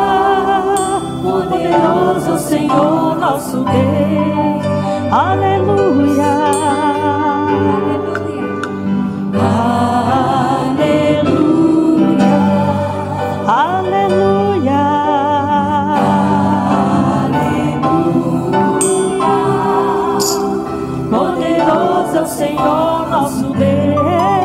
poderoso Senhor nosso Deus. Aleluia, aleluia, aleluia, aleluia, poderoso Senhor nosso Deus.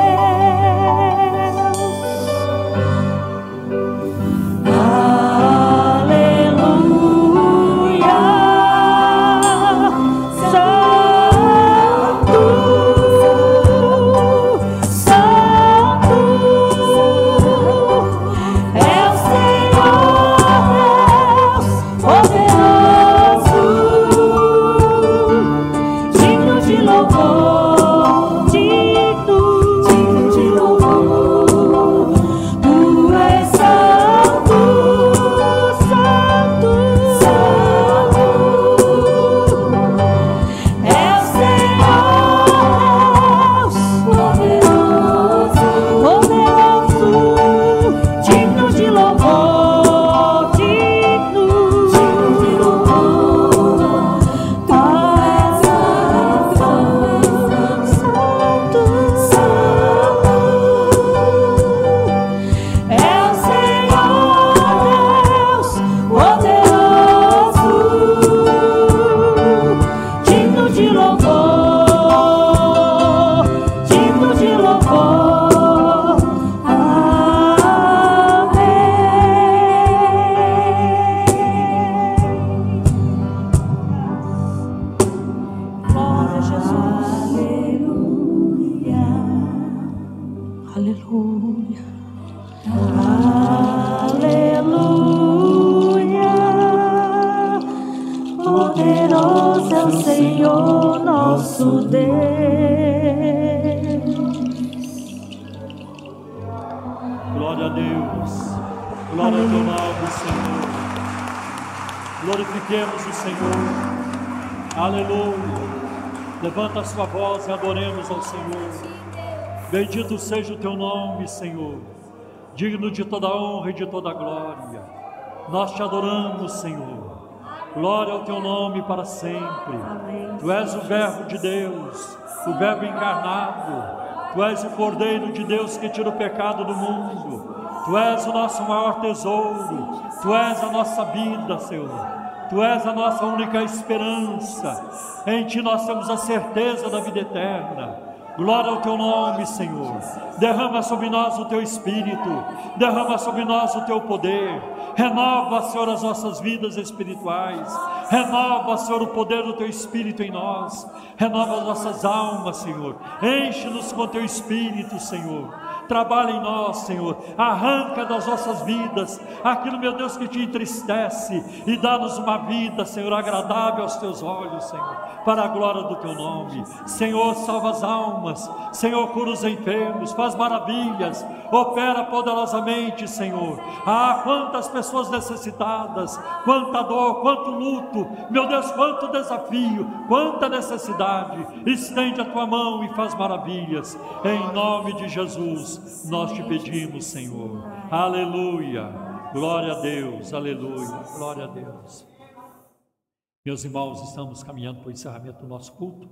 Glorifiquemos o Senhor. Aleluia. Levanta a sua voz e adoremos ao Senhor. Bendito seja o teu nome, Senhor, digno de toda honra e de toda glória. Nós te adoramos, Senhor. Glória ao teu nome para sempre. Amém. Tu és o Verbo de Deus, o Verbo encarnado. Tu és o Cordeiro de Deus que tira o pecado do mundo. Tu és o nosso maior tesouro. Tu és a nossa vida, Senhor. Tu és a nossa única esperança. Em Ti nós temos a certeza da vida eterna. Glória ao teu nome, Senhor. Derrama sobre nós o teu Espírito, derrama sobre nós o teu poder. Renova, Senhor, as nossas vidas espirituais. Renova, Senhor, o poder do teu Espírito em nós. Renova as nossas almas, Senhor. Enche-nos com o teu Espírito, Senhor. Trabalha em nós, Senhor. Arranca das nossas vidas aquilo, meu Deus, que te entristece e dá-nos uma vida, Senhor, agradável aos teus olhos, Senhor, para a glória do teu nome. Senhor, salva as almas. Senhor, cura os enfermos, faz maravilhas, opera poderosamente, Senhor. Ah, quantas pessoas necessitadas, quanta dor, quanto luto, meu Deus, quanto desafio, quanta necessidade. Estende a tua mão e faz maravilhas. Em nome de Jesus nós te pedimos, Senhor. Aleluia, glória a Deus, aleluia, glória a Deus. Meus irmãos, estamos caminhando para o encerramento do nosso culto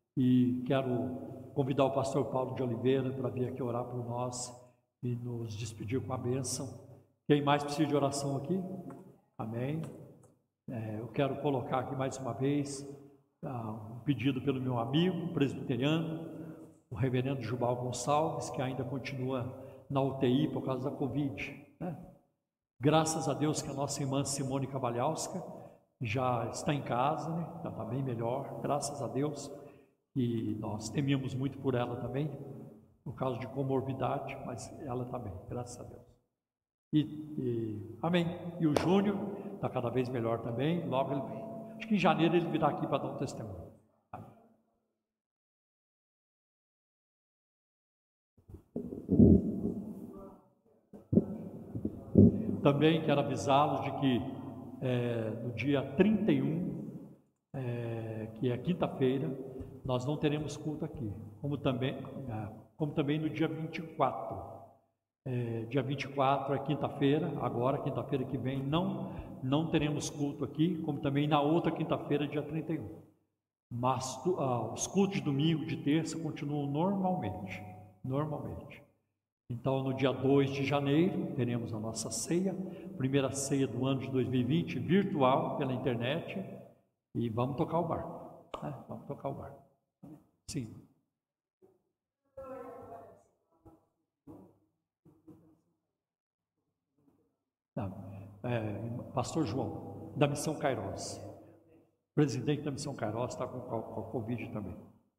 e quero convidar o pastor Paulo de Oliveira para vir aqui orar por nós e nos despedir com a bênção. Quem mais precisa de oração aqui? Amém. É, eu quero colocar aqui mais uma vez ah, um pedido pelo meu amigo presbiteriano, o reverendo Jubal Gonçalves, que ainda continua na U T I por causa da Covid, né? Graças a Deus que a nossa irmã Simone Cavalhauska já está em casa, né? Já está bem melhor, graças a Deus, e nós temíamos muito por ela também, por causa de comorbidade, mas ela está bem, graças a Deus. E, e amém. E o Júnior está cada vez melhor também, logo ele, acho que em janeiro ele virá aqui para dar um testemunho. Também quero avisá-los de que é, no dia trinta e um, é, que é quinta-feira, nós não teremos culto aqui, como também, é, como também no dia vinte e quatro. É, dia vinte e quatro é quinta-feira, agora, quinta-feira que vem, não, não teremos culto aqui, como também na outra quinta-feira, dia trinta e um. Mas ah, os cultos de domingo, de terça, continuam normalmente, normalmente. Então, no dia dois de janeiro, teremos a nossa ceia, primeira ceia do ano de dois mil e vinte, virtual, pela internet, e vamos tocar o barco, né? Vamos tocar o barco. Sim. Tá. É, Pastor João, da Missão Kairos, presidente da Missão Kairos, está com, com, com a Covid também.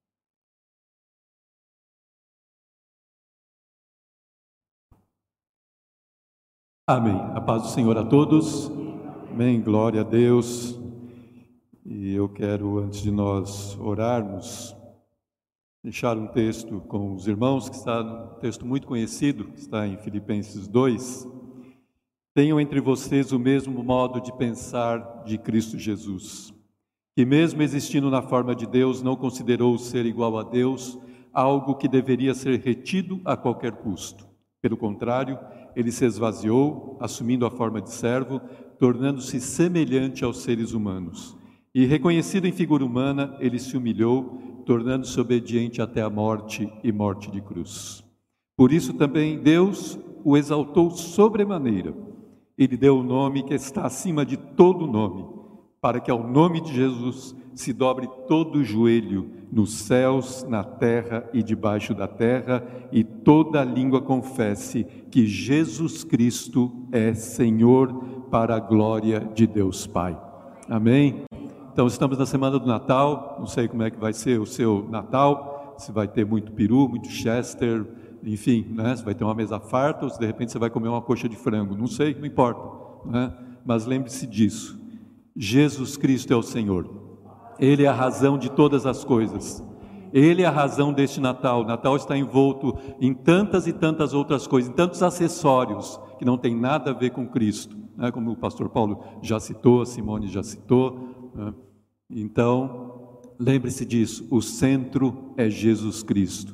Amém. A paz do Senhor a todos. Amém. Glória a Deus. E eu quero, antes de nós orarmos, deixar um texto com os irmãos, que está um texto muito conhecido, que está em Filipenses dois. Tenham entre vocês o mesmo modo de pensar de Cristo Jesus, que mesmo existindo na forma de Deus, não considerou ser igual a Deus algo que deveria ser retido a qualquer custo. Pelo contrário, ele se esvaziou, assumindo a forma de servo, tornando-se semelhante aos seres humanos. E, reconhecido em figura humana, ele se humilhou, tornando-se obediente até a morte e morte de cruz. Por isso também Deus o exaltou sobremaneira. Ele deu o nome que está acima de todo nome, para que ao nome de Jesus se dobre todo o joelho, nos céus, na terra e debaixo da terra, e toda língua confesse que Jesus Cristo é Senhor, para a glória de Deus Pai. Amém? Então estamos na semana do Natal, não sei como é que vai ser o seu Natal, se vai ter muito peru, muito chester, enfim, né? Se vai ter uma mesa farta ou se de repente você vai comer uma coxa de frango, não sei, não importa, né? Mas lembre-se disso, Jesus Cristo é o Senhor. Ele é a razão de todas as coisas. Ele é a razão deste Natal. O Natal está envolto em tantas e tantas outras coisas, em tantos acessórios que não tem nada a ver com Cristo, né? Como o pastor Paulo já citou, a Simone já citou, né? Então, lembre-se disso, o centro é Jesus Cristo.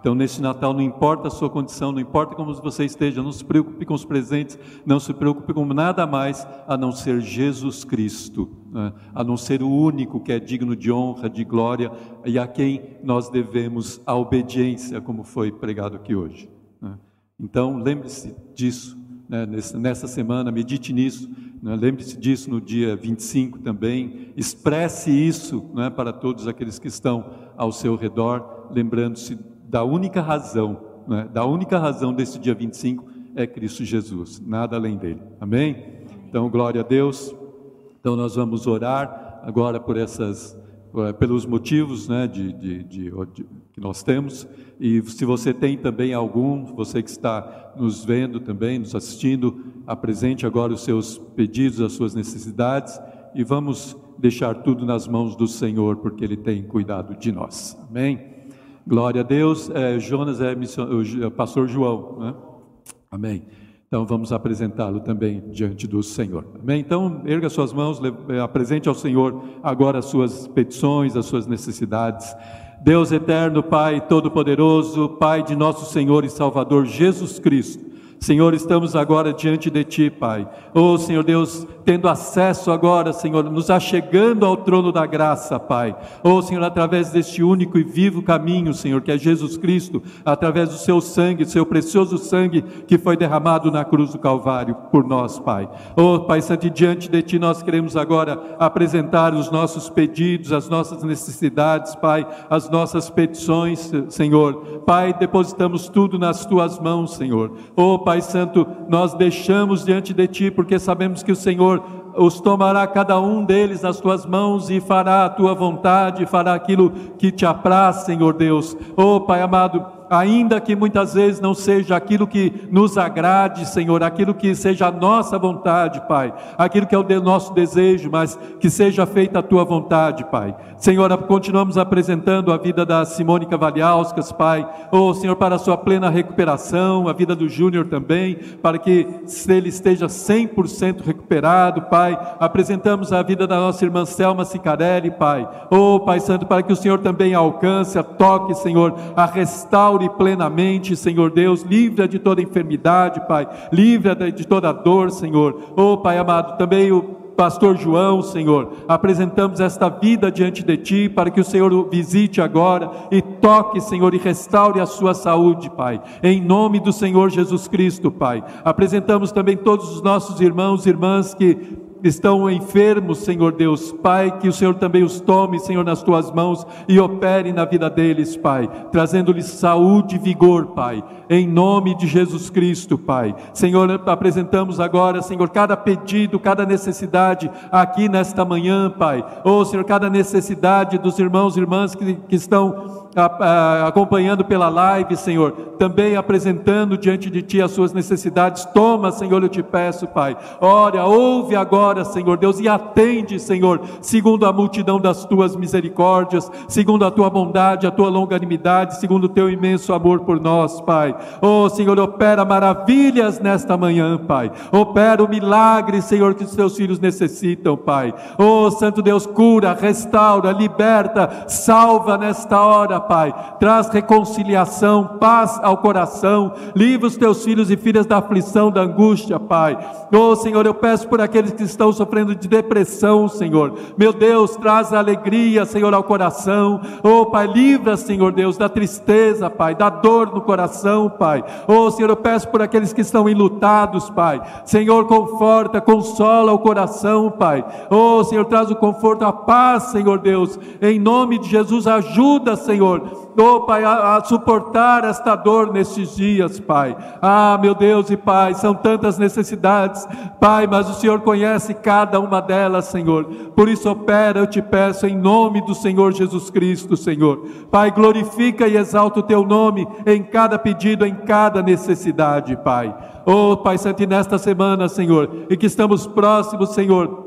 Então, neste Natal, não importa a sua condição, não importa como você esteja, não se preocupe com os presentes, não se preocupe com nada mais a não ser Jesus Cristo, né? A não ser o único que é digno de honra, de glória e a quem nós devemos a obediência, como foi pregado aqui hoje, né? Então, lembre-se disso, né? Nessa semana, medite nisso, né? Lembre-se disso no dia vinte e cinco também, expresse isso, né, para todos aqueles que estão ao seu redor, lembrando-se da única razão, né, da única razão desse dia vinte e cinco é Cristo Jesus, nada além dele, amém? Então, glória a Deus. Então, nós vamos orar agora por essas, pelos motivos, né, de, de, de, de, que nós temos, e se você tem também algum, você que está nos vendo também, nos assistindo, apresente agora os seus pedidos, as suas necessidades, e vamos deixar tudo nas mãos do Senhor, porque Ele tem cuidado de nós, amém? Glória a Deus. é, Jonas é o pastor João, né? Amém. Então vamos apresentá-lo também diante do Senhor, amém? Então erga suas mãos, apresente ao Senhor agora as suas petições, as suas necessidades. Deus eterno, Pai todo-poderoso, Pai de nosso Senhor e Salvador Jesus Cristo, Senhor, estamos agora diante de Ti, Pai. Oh, Senhor Deus, tendo acesso agora, Senhor, nos achegando ao trono da graça, Pai. Oh, Senhor, através deste único e vivo caminho, Senhor, que é Jesus Cristo, através do Seu sangue, Seu precioso sangue que foi derramado na cruz do Calvário por nós, Pai. Oh, Pai Santo, diante de Ti nós queremos agora apresentar os nossos pedidos, as nossas necessidades, Pai, as nossas petições, Senhor. Pai, depositamos tudo nas Tuas mãos, Senhor. Oh, Pai Santo, nós deixamos diante de Ti, porque sabemos que o Senhor os tomará cada um deles nas Tuas mãos e fará a Tua vontade, fará aquilo que Te apraz, Senhor Deus. Oh, Pai amado, ainda que muitas vezes não seja aquilo que nos agrade, Senhor, aquilo que seja a nossa vontade, Pai, aquilo que é o nosso desejo, mas que seja feita a Tua vontade, Pai. Senhor, continuamos apresentando a vida da Simone Cavaliauskas, Pai, oh Senhor, para a sua plena recuperação, a vida do Júnior também, para que ele esteja cem por cento recuperado, Pai. Apresentamos a vida da nossa irmã Selma Cicarelli, Pai, oh Pai Santo, para que o Senhor também alcance, a toque, Senhor, a restaure plenamente, Senhor Deus, livra de toda enfermidade, Pai, livra de toda dor, Senhor. Oh Pai amado, também o pastor João, Senhor, apresentamos esta vida diante de Ti, para que o Senhor o visite agora e toque, Senhor, e restaure a sua saúde, Pai, em nome do Senhor Jesus Cristo, Pai. Apresentamos também todos os nossos irmãos e irmãs que estão enfermos, Senhor Deus, Pai, que o Senhor também os tome, Senhor, nas Tuas mãos e opere na vida deles, Pai, trazendo-lhes saúde e vigor, Pai, em nome de Jesus Cristo, Pai. Senhor, apresentamos agora, Senhor, cada pedido, cada necessidade aqui nesta manhã, Pai. Oh, Senhor, cada necessidade dos irmãos e irmãs que, que estão a, a, acompanhando pela live, Senhor, também apresentando diante de Ti as suas necessidades. Toma, Senhor, eu te peço, Pai. Ora, ouve agora, Senhor Deus, e atende, Senhor, segundo a multidão das Tuas misericórdias, segundo a Tua bondade, a Tua longanimidade, segundo o Teu imenso amor por nós, Pai. Oh, Senhor, opera maravilhas nesta manhã, Pai. Opera o milagre, Senhor, que os Teus filhos necessitam, Pai. Oh, Santo Deus, cura, restaura, liberta, salva nesta hora, Pai. Traz reconciliação, paz ao coração, livra os Teus filhos e filhas da aflição, da angústia, Pai. Oh, Senhor, eu peço por aqueles que estão sofrendo de depressão, Senhor. Meu Deus, traz alegria, Senhor, ao coração. Oh, Pai, livra, Senhor Deus, da tristeza, Pai, da dor no coração, Pai. Oh, Senhor, eu peço por aqueles que estão enlutados, Pai. Senhor, conforta, consola o coração, Pai. Oh, Senhor, traz o conforto, a paz, Senhor Deus. Em nome de Jesus, ajuda, Senhor, oh Pai, a, a suportar esta dor nestes dias, Pai. Ah, meu Deus e Pai, são tantas necessidades, Pai, mas o Senhor conhece cada uma delas, Senhor. Por isso opera, eu te peço, em nome do Senhor Jesus Cristo, Senhor. Pai, glorifica e exalta o Teu nome em cada pedido, em cada necessidade, Pai. Oh, Pai Santo, e nesta semana, Senhor, e que estamos próximos, Senhor,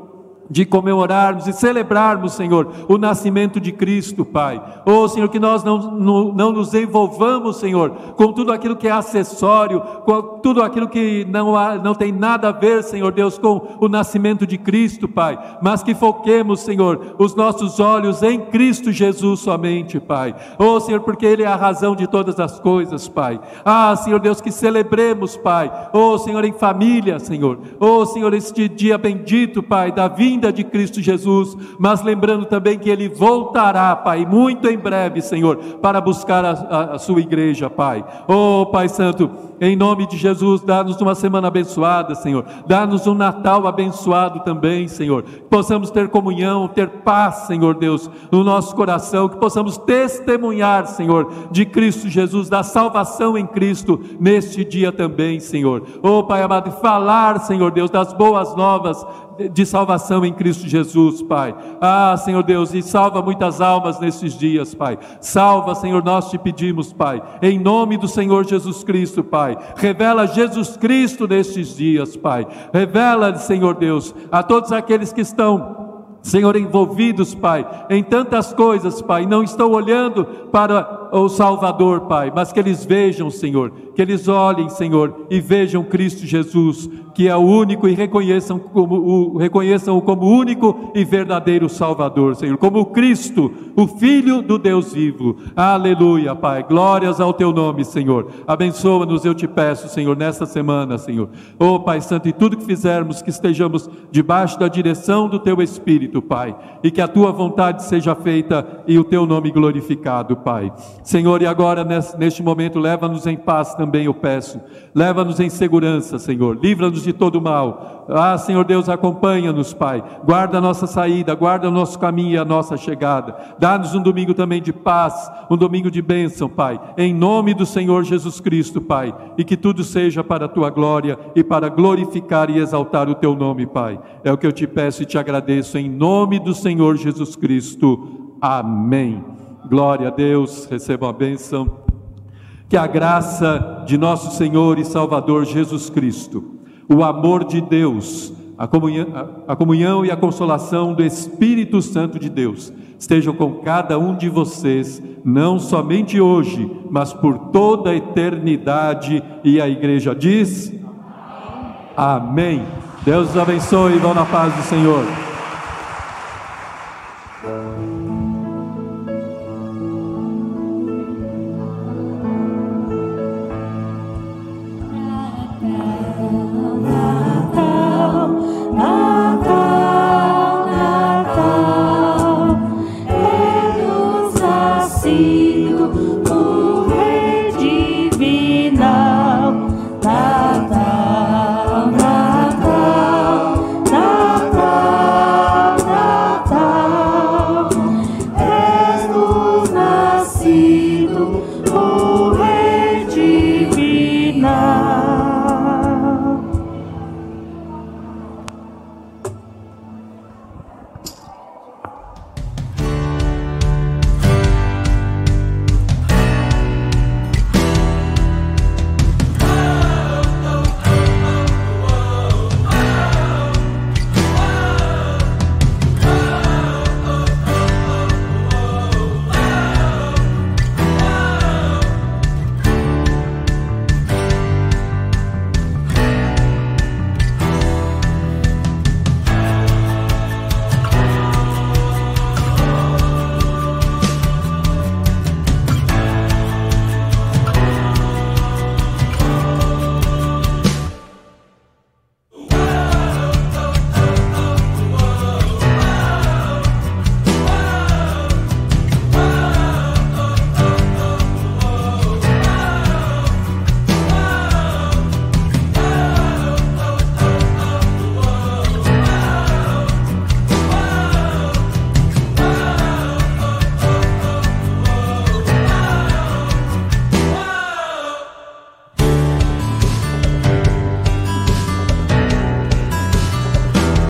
de comemorarmos e celebrarmos, Senhor, o nascimento de Cristo, Pai. Oh, Senhor, que nós não, não, não nos envolvamos, Senhor, com tudo aquilo que é acessório, com tudo aquilo que não, há, não tem nada a ver, Senhor Deus, com o nascimento de Cristo, Pai, mas que foquemos, Senhor, os nossos olhos em Cristo Jesus somente, Pai. Oh, Senhor, porque Ele é a razão de todas as coisas, Pai. Ah, Senhor Deus, que celebremos, Pai, oh, Senhor, em família, Senhor. Oh, Senhor, este dia bendito, Pai, da vinda de Cristo Jesus, mas lembrando também que Ele voltará, Pai, muito em breve, Senhor, para buscar a, a, a sua igreja, Pai. Oh, Pai Santo, em nome de Jesus, dá-nos uma semana abençoada, Senhor, dá-nos um Natal abençoado também, Senhor, que possamos ter comunhão, ter paz, Senhor Deus, no nosso coração, que possamos testemunhar, Senhor, de Cristo Jesus, da salvação em Cristo, neste dia também, Senhor. Oh, Pai amado, falar, Senhor Deus, das boas novas de salvação em Cristo Jesus, Pai. Ah, Senhor Deus, e salva muitas almas nesses dias, Pai. Salva, Senhor, nós te pedimos, Pai, em nome do Senhor Jesus Cristo, Pai. Revela Jesus Cristo nestes dias, Pai. Revela, Senhor Deus, a todos aqueles que estão, Senhor, envolvidos, Pai, em tantas coisas, Pai, não estão olhando para o Salvador, Pai, mas que eles vejam, Senhor, que eles olhem, Senhor, e vejam Cristo Jesus, que é o único, e reconheçam como o, reconheçam-o como único e verdadeiro Salvador, Senhor, como Cristo, o Filho do Deus vivo. Aleluia, Pai, glórias ao Teu nome, Senhor. Abençoa-nos, eu te peço, Senhor, nesta semana, Senhor. Oh, Pai Santo, e tudo que fizermos, que estejamos debaixo da direção do Teu Espírito, Pai, e que a Tua vontade seja feita e o Teu nome glorificado, Pai. Senhor, e agora neste momento leva-nos em paz também, eu peço, leva-nos em segurança, Senhor, livra-nos de todo mal. Ah, Senhor Deus, acompanha-nos, Pai, guarda a nossa saída, guarda o nosso caminho e a nossa chegada, dá-nos um domingo também de paz, um domingo de bênção, Pai, em nome do Senhor Jesus Cristo, Pai, e que tudo seja para a Tua glória e para glorificar e exaltar o Teu nome, Pai. É o que eu te peço e te agradeço em nome do Senhor Jesus Cristo. Amém. Glória a Deus, recebam a bênção. Que a graça de nosso Senhor e Salvador Jesus Cristo, o amor de Deus, a comunhão, a comunhão e a consolação do Espírito Santo de Deus estejam com cada um de vocês, não somente hoje, mas por toda a eternidade. E a igreja diz: amém. Deus os abençoe e vão na paz do Senhor.
Nascido